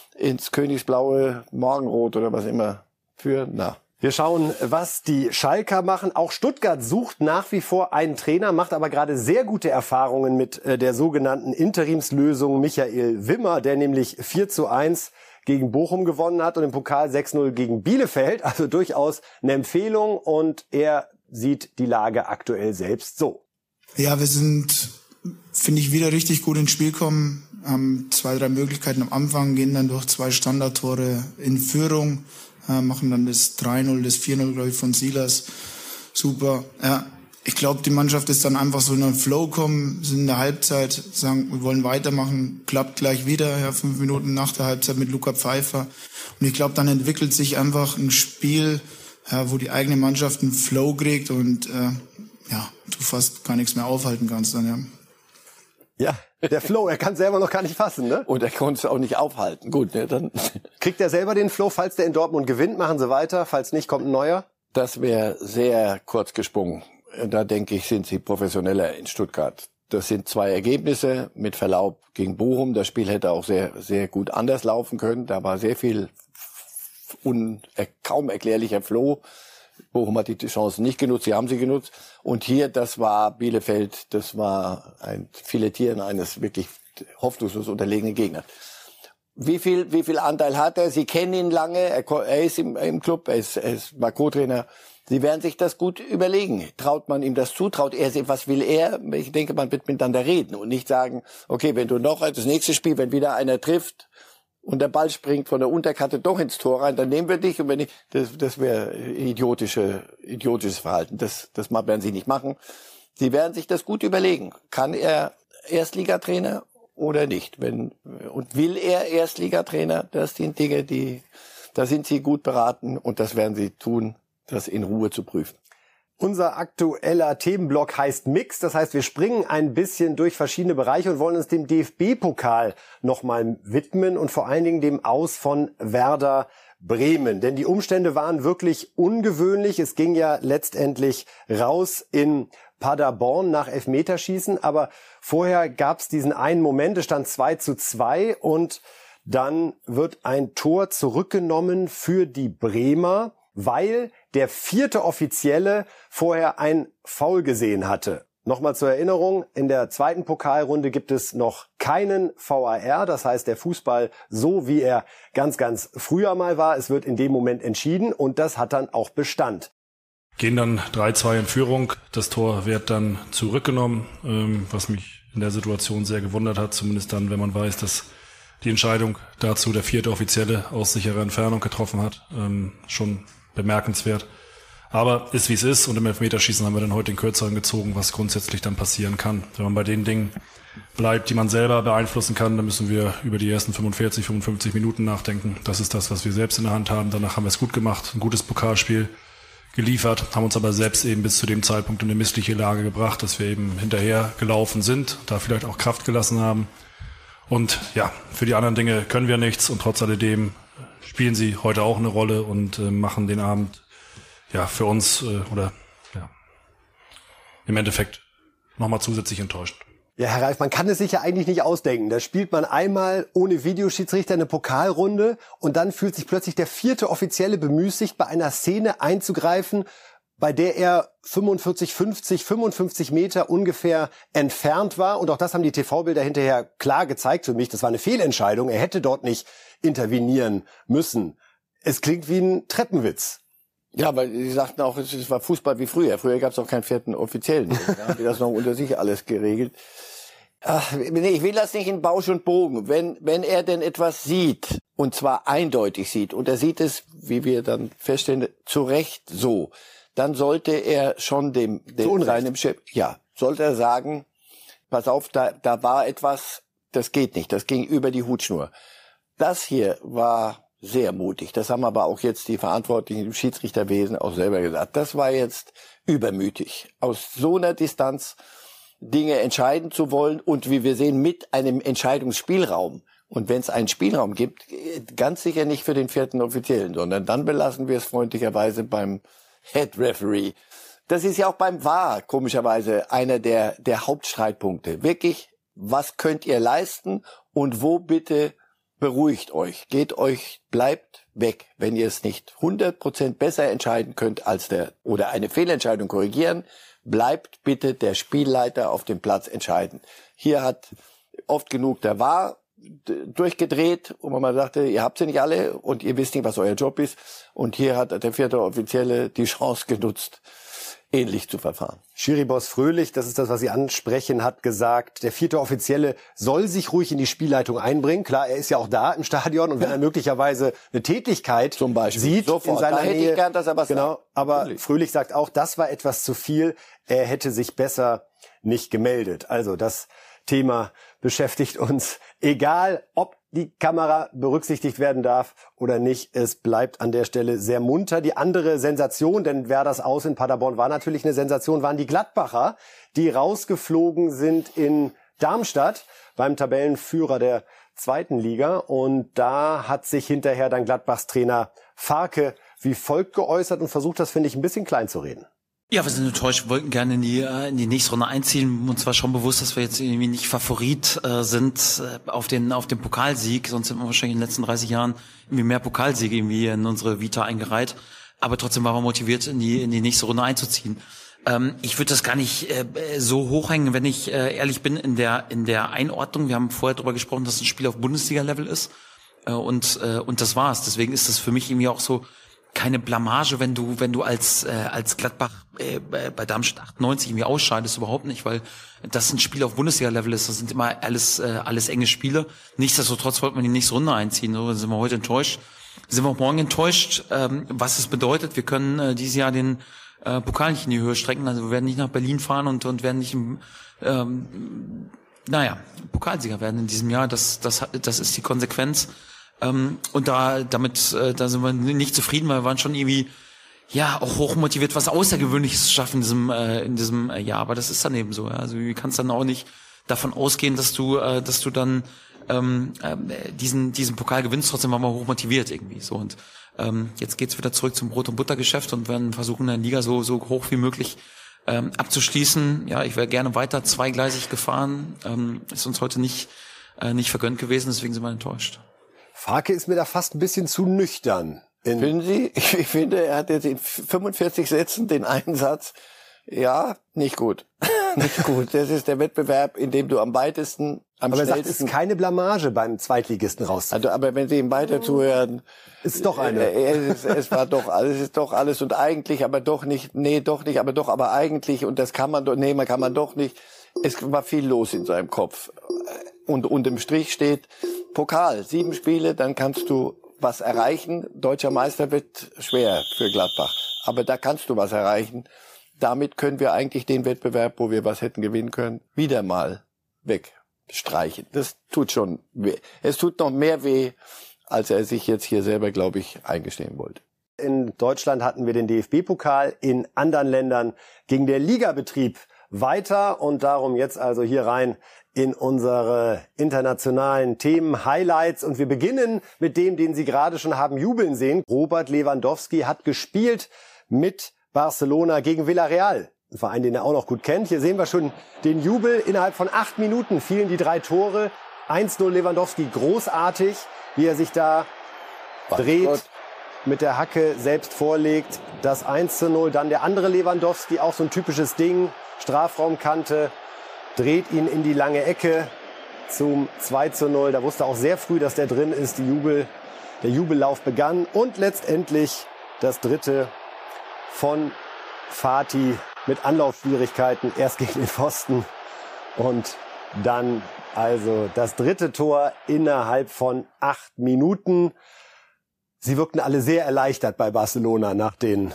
königsblaue Morgenrot oder was immer führen. Na. Wir schauen, was die Schalker machen. Auch Stuttgart sucht nach wie vor einen Trainer, macht aber gerade sehr gute Erfahrungen mit der sogenannten Interimslösung Michael Wimmer, der nämlich 4:1 gegen Bochum gewonnen hat und im Pokal 6:0 gegen Bielefeld. Also durchaus eine Empfehlung und er sieht die Lage aktuell selbst so. Ja, wir sind, finde ich, wieder richtig gut ins Spiel gekommen, haben 2, 3 Möglichkeiten am Anfang, gehen dann durch 2 Standardtore in Führung, machen dann das 3:0, das 4:0, glaube ich, von Silas. Super. Ja, ich glaube, die Mannschaft ist dann einfach so in einen Flow gekommen, sind in der Halbzeit, sagen, wir wollen weitermachen, klappt gleich wieder, ja, 5 Minuten nach der Halbzeit mit Luca Pfeiffer. Und ich glaube, dann entwickelt sich einfach ein Spiel, wo die eigene Mannschaft einen Flow kriegt und du fast gar nichts mehr aufhalten kannst dann, ja. Ja, der Flow, er kann selber noch gar nicht fassen, ne? Und er konnte es auch nicht aufhalten. Gut, ne, dann kriegt er selber den Flow, falls der in Dortmund gewinnt, machen sie weiter, falls nicht, kommt ein neuer? Das wäre sehr kurz gesprungen. Da denke ich, sind sie professioneller in Stuttgart. Das sind 2 Ergebnisse, mit Verlaub gegen Bochum. Das Spiel hätte auch sehr, sehr gut anders laufen können. Da war sehr viel kaum erklärlicher Floh. Bochum hat die Chancen nicht genutzt, sie haben sie genutzt. Und hier, das war Bielefeld, das war ein Filettieren eines wirklich hoffnungslos unterlegenen Gegners. Wie viel Anteil hat er? Sie kennen ihn lange, er ist im Club, er war Co-Trainer. Sie werden sich das gut überlegen. Traut man ihm das zu? Traut er sich? Was will er? Ich denke, man wird miteinander reden und nicht sagen, okay, wenn du noch das nächste Spiel, wenn wieder einer trifft, und der Ball springt von der Unterkante doch ins Tor rein, dann nehmen wir dich. Und wenn nicht, das wäre idiotisches Verhalten. Das werden sie nicht machen. Sie werden sich das gut überlegen. Kann er Erstligatrainer oder nicht? Und will er Erstligatrainer? Das sind Dinge, da sind sie gut beraten und das werden sie tun, das in Ruhe zu prüfen. Unser aktueller Themenblock heißt Mix. Das heißt, wir springen ein bisschen durch verschiedene Bereiche und wollen uns dem DFB-Pokal nochmal widmen und vor allen Dingen dem Aus von Werder Bremen. Denn die Umstände waren wirklich ungewöhnlich. Es ging ja letztendlich raus in Paderborn nach Elfmeterschießen. Aber vorher gab es diesen einen Moment, es stand 2:2 und dann wird ein Tor zurückgenommen für die Bremer, weil der 4. Offizielle vorher ein Foul gesehen hatte. Nochmal zur Erinnerung, in der 2. Pokalrunde gibt es noch keinen VAR, das heißt der Fußball so, wie er ganz, ganz früher mal war, es wird in dem Moment entschieden und das hat dann auch Bestand. Gehen dann 3-2 in Führung. Das Tor wird dann zurückgenommen, was mich in der Situation sehr gewundert hat. Zumindest dann, wenn man weiß, dass die Entscheidung dazu der 4. Offizielle aus sicherer Entfernung getroffen hat. Schon bemerkenswert. Aber ist wie es ist. Und im Elfmeterschießen haben wir dann heute den Kürzeren gezogen, was grundsätzlich dann passieren kann. Wenn man bei den Dingen bleibt, die man selber beeinflussen kann, dann müssen wir über die ersten 45, 55 Minuten nachdenken. Das ist das, was wir selbst in der Hand haben. Danach haben wir es gut gemacht, ein gutes Pokalspiel geliefert, haben uns aber selbst eben bis zu dem Zeitpunkt in eine missliche Lage gebracht, dass wir eben hinterher gelaufen sind, da vielleicht auch Kraft gelassen haben. Und ja, für die anderen Dinge können wir nichts und trotz alledem spielen sie heute auch eine Rolle und machen den Abend ja für uns im Endeffekt nochmal zusätzlich enttäuscht. Ja, Herr Reif, man kann es sich ja eigentlich nicht ausdenken. Da spielt man einmal ohne Videoschiedsrichter eine Pokalrunde und dann fühlt sich plötzlich der 4. Offizielle bemüßigt, bei einer Szene einzugreifen, bei der er 55 Meter ungefähr entfernt war. Und auch das haben die TV-Bilder hinterher klar gezeigt für mich. Das war eine Fehlentscheidung. Er hätte dort nicht intervenieren müssen. Es klingt wie ein Treppenwitz. Ja, weil Sie sagten auch, es war Fußball wie früher. Früher gab es auch keinen 4. Offiziellen. Da haben die das noch unter sich alles geregelt. Ich will das nicht in Bausch und Bogen. Wenn er denn etwas sieht, und zwar eindeutig sieht, und er sieht es, wie wir dann feststellen, zu Recht so, dann sollte er schon seinem Chef, sollte er sagen, pass auf, da war etwas, das geht nicht, das ging über die Hutschnur. Das hier war sehr mutig. Das haben aber auch jetzt die Verantwortlichen im Schiedsrichterwesen auch selber gesagt. Das war jetzt übermütig. Aus so einer Distanz Dinge entscheiden zu wollen und wie wir sehen, mit einem Entscheidungsspielraum. Und wenn es einen Spielraum gibt, ganz sicher nicht für den 4. Offiziellen, sondern dann belassen wir es freundlicherweise beim Head Referee. Das ist ja auch beim VAR komischerweise einer der Hauptstreitpunkte. Wirklich, was könnt ihr leisten und wo bitte beruhigt euch, bleibt weg. Wenn ihr es nicht 100% besser entscheiden könnt als oder eine Fehlentscheidung korrigieren, bleibt bitte der Spielleiter auf dem Platz entscheiden. Hier hat oft genug der VAR durchgedreht und man sagte, ihr habt sie nicht alle und ihr wisst nicht, was euer Job ist. Und hier hat der 4. Offizielle die Chance genutzt, ähnlich zu verfahren. Schiri-Boss Fröhlich, das ist das, was Sie ansprechen, hat gesagt, der 4. Offizielle soll sich ruhig in die Spielleitung einbringen. Klar, er ist ja auch da im Stadion und wenn er möglicherweise eine Tätigkeit zum Beispiel sieht sofort, in seiner Nähe, hätte ich gern, dass er was sagt. Aber natürlich. Fröhlich sagt auch, das war etwas zu viel. Er hätte sich besser nicht gemeldet. Also das Thema beschäftigt uns, egal ob die Kamera berücksichtigt werden darf oder nicht. Es bleibt an der Stelle sehr munter. Die andere Sensation, denn Werders Aus in Paderborn war natürlich eine Sensation, waren die Gladbacher, die rausgeflogen sind in Darmstadt beim Tabellenführer der 2. Liga. Und da hat sich hinterher dann Gladbachs Trainer Farke wie folgt geäußert und versucht, das, finde ich, ein bisschen klein zu reden. Ja, wir sind enttäuscht, wir wollten gerne in die nächste Runde einziehen. Uns war schon bewusst, dass wir jetzt irgendwie nicht Favorit sind auf den Pokalsieg. Sonst sind wir wahrscheinlich in den letzten 30 Jahren irgendwie mehr Pokalsiege irgendwie in unsere Vita eingereiht. Aber trotzdem waren wir motiviert, in die nächste Runde einzuziehen. Ich würde das gar nicht so hochhängen, wenn ich ehrlich bin in der Einordnung. Wir haben vorher darüber gesprochen, dass ein Spiel auf Bundesliga-Level ist. Und das war's. Deswegen ist das für mich irgendwie auch so keine Blamage, wenn du als Gladbach bei Darmstadt 98 irgendwie ausscheidest, überhaupt nicht, weil das ein Spiel auf Bundesliga-Level ist. Das sind immer alles enge Spiele. Nichtsdestotrotz wollten wir die nächste Runde einziehen. So sind wir heute enttäuscht. Sind wir auch morgen enttäuscht, was es bedeutet. Wir können dieses Jahr den Pokal nicht in die Höhe strecken. Also wir werden nicht nach Berlin fahren und werden nicht Pokalsieger werden in diesem Jahr. Das ist die Konsequenz. Und da sind wir nicht zufrieden, weil wir waren schon irgendwie auch hochmotiviert, was Außergewöhnliches zu schaffen in diesem Jahr. Aber das ist dann eben so. Ja. Also du kannst dann auch nicht davon ausgehen, dass du dann diesen Pokal gewinnst. Trotzdem waren wir hochmotiviert irgendwie so. Und jetzt geht's wieder zurück zum Brot- und Buttergeschäft und werden versuchen, in der Liga so hoch wie möglich abzuschließen. Ja, ich wäre gerne weiter zweigleisig gefahren. Ist uns heute nicht vergönnt gewesen, deswegen sind wir enttäuscht. Farke ist mir da fast ein bisschen zu nüchtern. Finden Sie? Ich finde, er hat jetzt in 45 Sätzen den einen Satz, nicht gut. Nicht gut. Das ist der Wettbewerb, in dem du am weitesten Aber er sagt, es ist keine Blamage beim Zweitligisten raus. Also, aber wenn Sie ihm weiter zuhören, ist doch eine. Es war doch alles, ist doch alles und eigentlich, aber doch nicht, nee, doch nicht, aber doch, aber eigentlich und das kann man doch, nee, man kann man doch nicht. Es war viel los in seinem Kopf. Und unterm Strich steht Pokal, 7 Spiele, dann kannst du was erreichen. Deutscher Meister wird schwer für Gladbach, aber da kannst du was erreichen. Damit können wir eigentlich den Wettbewerb, wo wir was hätten gewinnen können, wieder mal wegstreichen. Das tut schon weh. Es tut noch mehr weh, als er sich jetzt hier selber, glaube ich, eingestehen wollte. In Deutschland hatten wir den DFB-Pokal, in anderen Ländern ging der Ligabetrieb weiter und darum jetzt also hier rein in unsere internationalen Themen, Highlights und wir beginnen mit dem, den Sie gerade schon haben jubeln sehen. Robert Lewandowski hat gespielt mit Barcelona gegen Villarreal. Ein Verein, den er auch noch gut kennt. Hier sehen wir schon den Jubel. Innerhalb von 8 Minuten fielen die 3 Tore. 1-0 Lewandowski, großartig, wie er sich da dreht, mit der Hacke selbst vorlegt. Das 1-0, dann der andere Lewandowski, auch so ein typisches Ding. Strafraumkante, dreht ihn in die lange Ecke zum 2-0. Da wusste auch sehr früh, dass der drin ist. Der Jubellauf begann. Und letztendlich das dritte von Fati mit Anlaufschwierigkeiten. Erst gegen den Pfosten und dann also das dritte Tor innerhalb von 8 Minuten. Sie wirkten alle sehr erleichtert bei Barcelona nach den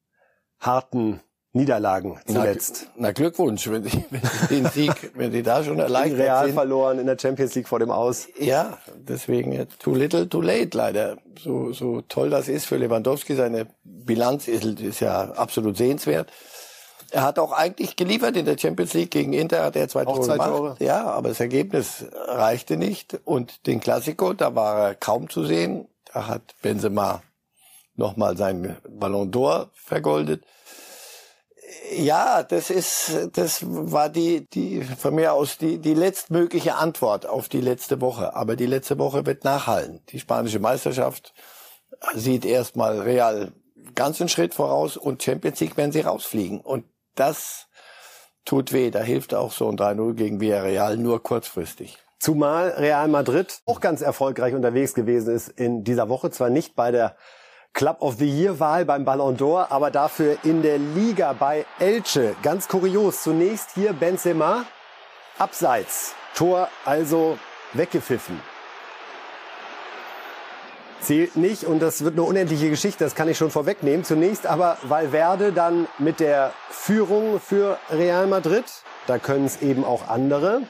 harten Niederlagen zuletzt. Na Glückwunsch, wenn Sie den Sieg, wenn Sie da schon erleichtert sind. Real verloren in der Champions League vor dem Aus. Ja, deswegen jetzt too little, too late leider. So toll das ist für Lewandowski, seine Bilanz ist ja absolut sehenswert. Er hat auch eigentlich geliefert in der Champions League gegen Inter, hat er 2 Tore gemacht. Ja, aber das Ergebnis reichte nicht. Und den Clasico, da war er kaum zu sehen. Da hat Benzema nochmal seinen Ballon d'Or vergoldet. Ja, das war die von mir aus die letztmögliche Antwort auf die letzte Woche. Aber die letzte Woche wird nachhallen. Die spanische Meisterschaft sieht erstmal Real ganz einen Schritt voraus und Champions League werden sie rausfliegen. Und das tut weh. Da hilft auch so ein 3-0 gegen Villarreal nur kurzfristig. Zumal Real Madrid auch ganz erfolgreich unterwegs gewesen ist in dieser Woche. Zwar nicht bei der Club of the Year-Wahl beim Ballon d'Or, aber dafür in der Liga bei Elche. Ganz kurios. Zunächst hier Benzema, abseits. Tor also weggepfiffen. Zählt nicht und das wird eine unendliche Geschichte, das kann ich schon vorwegnehmen. Zunächst aber Valverde dann mit der Führung für Real Madrid. Da können es eben auch andere.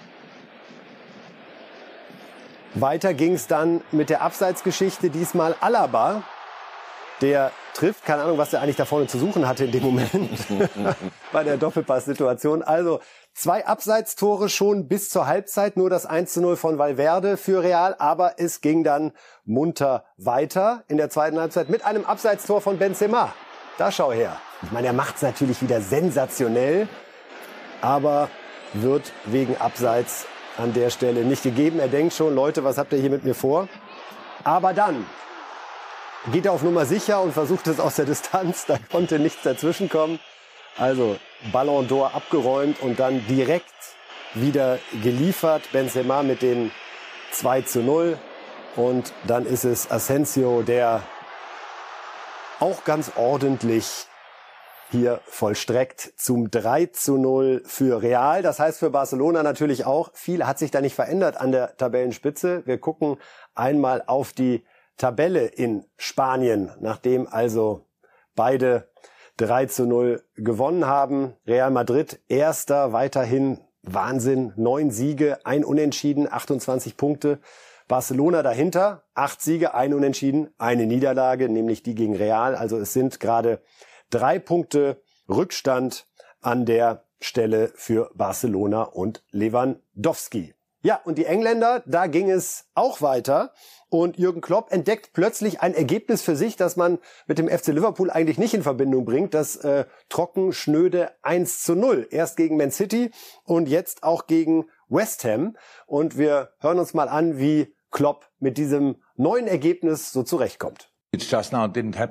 Weiter ging es dann mit der Abseitsgeschichte, diesmal Alaba. Der trifft, keine Ahnung, was der eigentlich da vorne zu suchen hatte in dem Moment bei der Doppelpass-Situation. Also 2 Abseitstore schon bis zur Halbzeit, nur das 1-0 von Valverde für Real, aber es ging dann munter weiter in der zweiten Halbzeit mit einem Abseitstor von Benzema. Da schau her. Ich meine, er macht's natürlich wieder sensationell, aber wird wegen Abseits an der Stelle nicht gegeben. Er denkt schon, Leute, was habt ihr hier mit mir vor? Aber dann geht er auf Nummer sicher und versucht es aus der Distanz. Da konnte nichts dazwischen kommen. Also Ballon d'Or abgeräumt und dann direkt wieder geliefert. Benzema mit dem 2-0. Und dann ist es Asensio, der auch ganz ordentlich hier vollstreckt zum 3-0 für Real. Das heißt für Barcelona natürlich auch. Viel hat sich da nicht verändert an der Tabellenspitze. Wir gucken einmal auf die Tabelle in Spanien, nachdem also beide 3-0 gewonnen haben. Real Madrid erster, weiterhin Wahnsinn, 9 Siege, 1 Unentschieden, 28 Punkte. Barcelona dahinter, 8 Siege, 1 Unentschieden, 1 Niederlage, nämlich die gegen Real. Also es sind gerade 3 Punkte Rückstand an der Stelle für Barcelona und Lewandowski. Ja, und die Engländer, da ging es auch weiter. Und Jürgen Klopp entdeckt plötzlich ein Ergebnis für sich, das man mit dem FC Liverpool eigentlich nicht in Verbindung bringt. Das trocken schnöde 1-0. Erst gegen Man City und jetzt auch gegen West Ham. Und wir hören uns mal an, wie Klopp mit diesem neuen Ergebnis so zurechtkommt.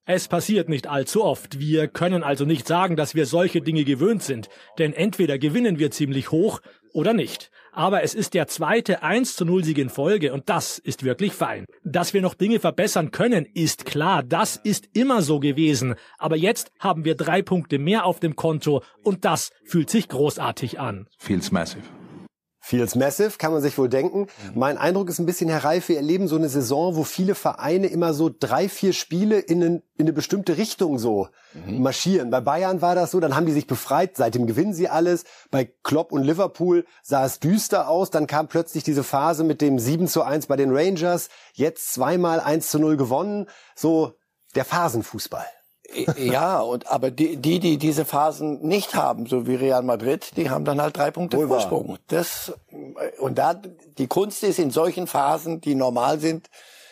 Es passiert nicht allzu oft. Wir können also nicht sagen, dass wir solche Dinge gewöhnt sind. Denn entweder gewinnen wir ziemlich hoch oder nicht. Aber es ist der zweite 1:0-Sieg in Folge und das ist wirklich fein. Dass wir noch Dinge verbessern können, ist klar. Das ist immer so gewesen. Aber jetzt haben wir 3 Punkte mehr auf dem Konto und das fühlt sich großartig an. Feels massive. Feels massive, kann man sich wohl denken. Mein Eindruck ist ein bisschen, Herr Reif, wir erleben so eine Saison, wo viele Vereine immer so 3-4 Spiele in eine bestimmte Richtung so marschieren. Bei Bayern war das so, dann haben die sich befreit, seitdem gewinnen sie alles. Bei Klopp und Liverpool sah es düster aus, dann kam plötzlich diese Phase mit dem 7:1 bei den Rangers, jetzt zweimal 1:0 gewonnen, so der Phasenfußball. Ja, aber die diese Phasen nicht haben, so wie Real Madrid, die haben dann halt 3 Punkte Vorsprung. Und die Kunst ist in solchen Phasen, die normal sind,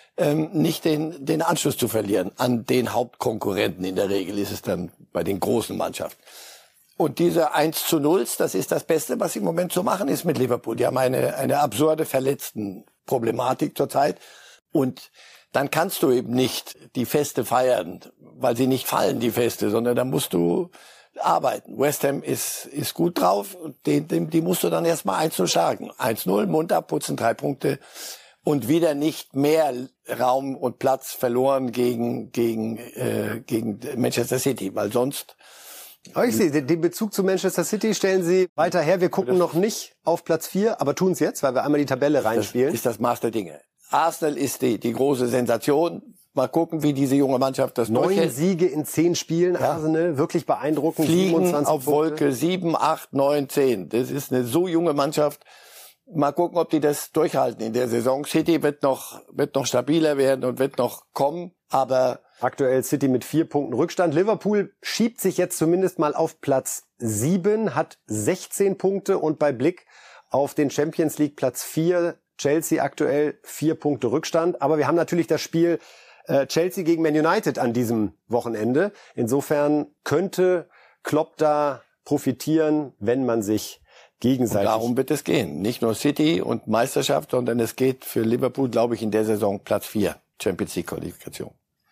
nicht den Anschluss zu verlieren an den Hauptkonkurrenten. In der Regel ist es dann bei den großen Mannschaften. Und diese 1:0, das ist das Beste, was im Moment zu machen ist mit Liverpool. Die haben eine absurde Verletztenproblematik zurzeit. Und dann kannst du eben nicht die Feste feiern, weil sie nicht fallen, die Feste, sondern da musst du arbeiten. West Ham ist gut drauf und die musst du dann erstmal 1:0 schlagen. 1:0, Mund abputzen, 3 Punkte und wieder nicht mehr Raum und Platz verloren gegen Manchester City, weil sonst... Aber ich sehe, den Bezug zu Manchester City stellen Sie weiter her. Wir gucken noch nicht auf Platz 4, aber tun es jetzt, weil wir einmal die Tabelle reinspielen. Das ist das Maß der Dinge. Arsenal ist die große Sensation. Mal gucken, wie diese junge Mannschaft das 9 Siege in 10 Spielen, ja. Arsenal, wirklich beeindruckend. Fliegen 27 auf Wolke, 7, 8, 9, 10. Das ist eine so junge Mannschaft. Mal gucken, ob die das durchhalten in der Saison. City wird noch stabiler werden und wird noch kommen, aber... Aktuell City mit 4 Punkten Rückstand. Liverpool schiebt sich jetzt zumindest mal auf Platz 7, hat 16 Punkte und bei Blick auf den Champions League Platz 4 Chelsea aktuell 4 Punkte Rückstand. Aber wir haben natürlich das Spiel Chelsea gegen Man United an diesem Wochenende. Insofern könnte Klopp da profitieren, wenn man sich gegenseitig... Und darum wird es gehen. Nicht nur City und Meisterschaft, sondern es geht für Liverpool, glaube ich, in der Saison Platz 4, Champions League Qualifikation.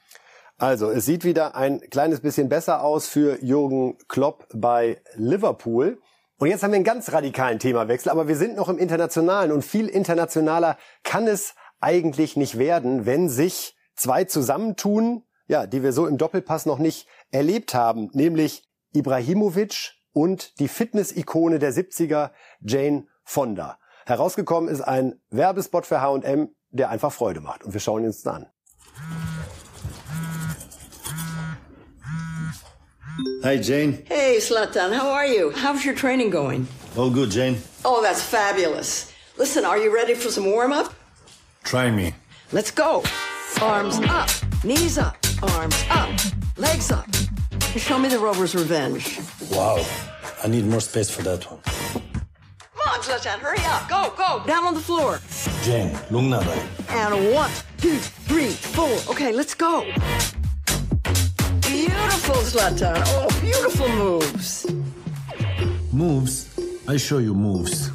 Also, es sieht wieder ein kleines bisschen besser aus für Jürgen Klopp bei Liverpool. Und jetzt haben wir einen ganz radikalen Themawechsel, aber wir sind noch im Internationalen und viel internationaler kann es eigentlich nicht werden, wenn sich 2 zusammentun, ja, die wir so im Doppelpass noch nicht erlebt haben, nämlich Ibrahimovic und die Fitness-Ikone der 70er, Jane Fonda. Herausgekommen ist ein Werbespot für H&M, der einfach Freude macht. Und wir schauen ihn uns an. Hi, Jane. Hey, Zlatan, how are you? How's your training going? All good, Jane. Oh, that's fabulous. Listen, are you ready for some warm-up? Try me. Let's go. Arms up, knees up, arms up, legs up. Show me the Rover's Revenge. Wow, I need more space for that one. Come on, Zlatan, hurry up. Go, go, down on the floor. Jane, lugna dai. And 1, 2, 3, 4. Okay, let's go. Beautiful, Zlatan. Oh, beautiful moves. Moves? I show you moves.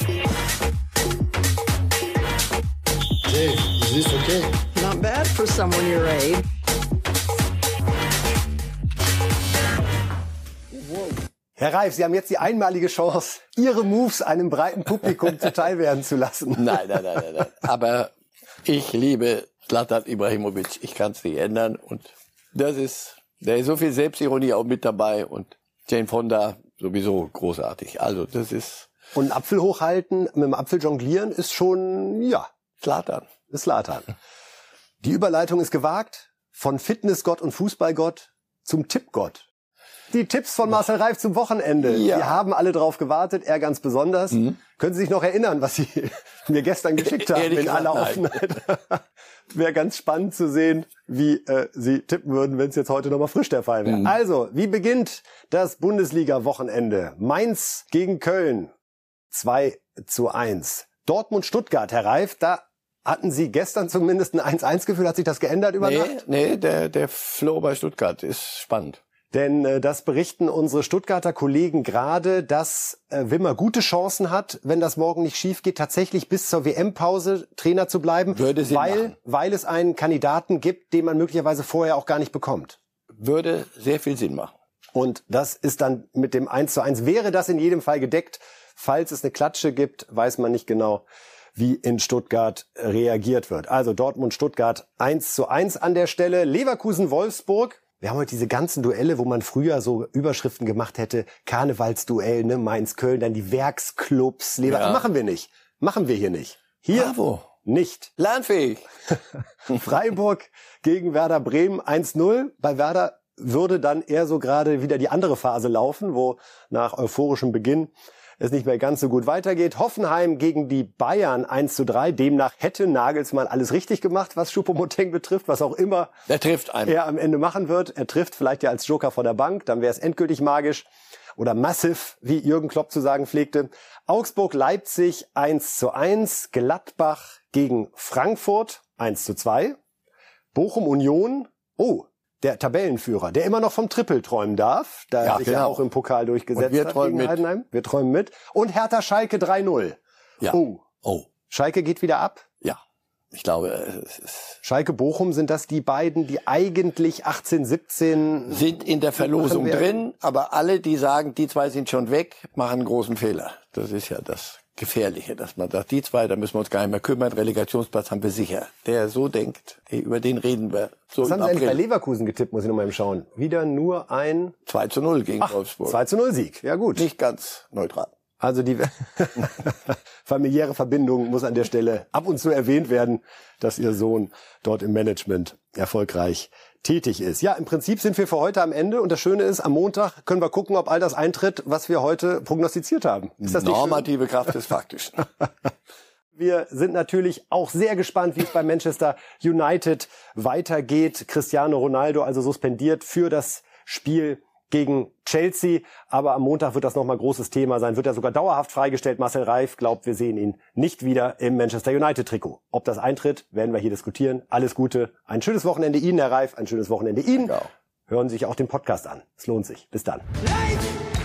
Jay, is this okay? Not bad for someone your age. Herr Reif, Sie haben jetzt die einmalige Chance, Ihre Moves einem breiten Publikum zuteilwerden zu lassen. Nein. Aber ich liebe Zlatan Ibrahimovic. Ich kann es nicht ändern. Und da ist so viel Selbstironie auch mit dabei. Und Jane Fonda sowieso großartig. Also das ist... Und einen Apfel hochhalten, mit dem Apfel jonglieren ist schon, ja... Zlatan. Die Überleitung ist gewagt. Von Fitnessgott und Fußballgott zum Tippgott. Die Tipps von Marcel Reif zum Wochenende. Ja. Wir haben alle drauf gewartet, er ganz besonders. Können Sie sich noch erinnern, was Sie mir gestern geschickt haben? In aller Offenheit. Wäre ganz spannend zu sehen, wie Sie tippen würden, wenn es jetzt heute nochmal frisch der Fall wäre. Also, wie beginnt das Bundesliga-Wochenende? Mainz gegen Köln 2:1. Dortmund-Stuttgart, Herr Reif, da hatten Sie gestern zumindest ein 1:1 Gefühl. Hat sich das geändert über Nacht? Nee, der Flow bei Stuttgart ist spannend. Denn das berichten unsere Stuttgarter Kollegen gerade, dass Wimmer gute Chancen hat, wenn das morgen nicht schief geht, tatsächlich bis zur WM-Pause Trainer zu bleiben, weil es einen Kandidaten gibt, den man möglicherweise vorher auch gar nicht bekommt. Würde sehr viel Sinn machen. Und das ist dann mit dem 1:1, wäre das in jedem Fall gedeckt. Falls es eine Klatsche gibt, weiß man nicht genau, wie in Stuttgart reagiert wird. Also Dortmund-Stuttgart 1:1 an der Stelle. Leverkusen-Wolfsburg. Wir haben heute diese ganzen Duelle, wo man früher so Überschriften gemacht hätte. Karnevalsduell, ne, Mainz-Köln, dann die Werksclubs. Machen wir nicht. Machen wir hier nicht. Hier Bravo. Nicht. Lernfähig. Freiburg gegen Werder Bremen 1:0. Bei Werder würde dann eher so gerade wieder die andere Phase laufen, wo nach euphorischem Beginn es nicht mehr ganz so gut weitergeht. Hoffenheim gegen die Bayern 1:3. Demnach hätte Nagelsmann alles richtig gemacht, was Choupo-Moting betrifft, was auch immer er am Ende machen wird. Er trifft vielleicht ja als Joker vor der Bank, dann wäre es endgültig magisch. Oder massiv, wie Jürgen Klopp zu sagen pflegte. Augsburg-Leipzig 1:1. Gladbach gegen Frankfurt 1:2. Bochum-Union. Der Tabellenführer, der immer noch vom Triple träumen darf, da er sich ja auch im Pokal durchgesetzt hat gegen Heidenheim. Wir träumen mit. Und Hertha-Schalke 3:0. Ja. Schalke geht wieder ab? Ja. Ich glaube, Schalke-Bochum, sind das die beiden, die eigentlich 18, 17... sind in der Verlosung drin, aber alle, die sagen, die zwei sind schon weg, machen einen großen Fehler. Das ist ja das Gefährliche, dass man sagt, die zwei, da müssen wir uns gar nicht mehr kümmern, Relegationsplatz haben wir sicher. Der so denkt, über den reden wir. So was haben Sie eigentlich bei Leverkusen getippt, muss ich noch mal eben schauen. Wieder nur ein 2:0 gegen Wolfsburg. 2:0 Sieg, ja gut. Nicht ganz neutral. Also die familiäre Verbindung muss an der Stelle ab und zu erwähnt werden, dass Ihr Sohn dort im Management erfolgreich tätig ist. Ja, im Prinzip sind wir für heute am Ende. Und das Schöne ist, am Montag können wir gucken, ob all das eintritt, was wir heute prognostiziert haben. Ist das normative Kraft des Faktischen. Wir sind natürlich auch sehr gespannt, wie es bei Manchester United weitergeht. Cristiano Ronaldo also suspendiert für das Spiel gegen Chelsea. Aber am Montag wird das nochmal großes Thema sein. Wird er sogar dauerhaft freigestellt? Marcel Reif glaubt, wir sehen ihn nicht wieder im Manchester United-Trikot. Ob das eintritt, werden wir hier diskutieren. Alles Gute. Ein schönes Wochenende Ihnen, Herr Reif. Ein schönes Wochenende Ihnen. Ja. Hören Sie sich auch den Podcast an. Es lohnt sich. Bis dann.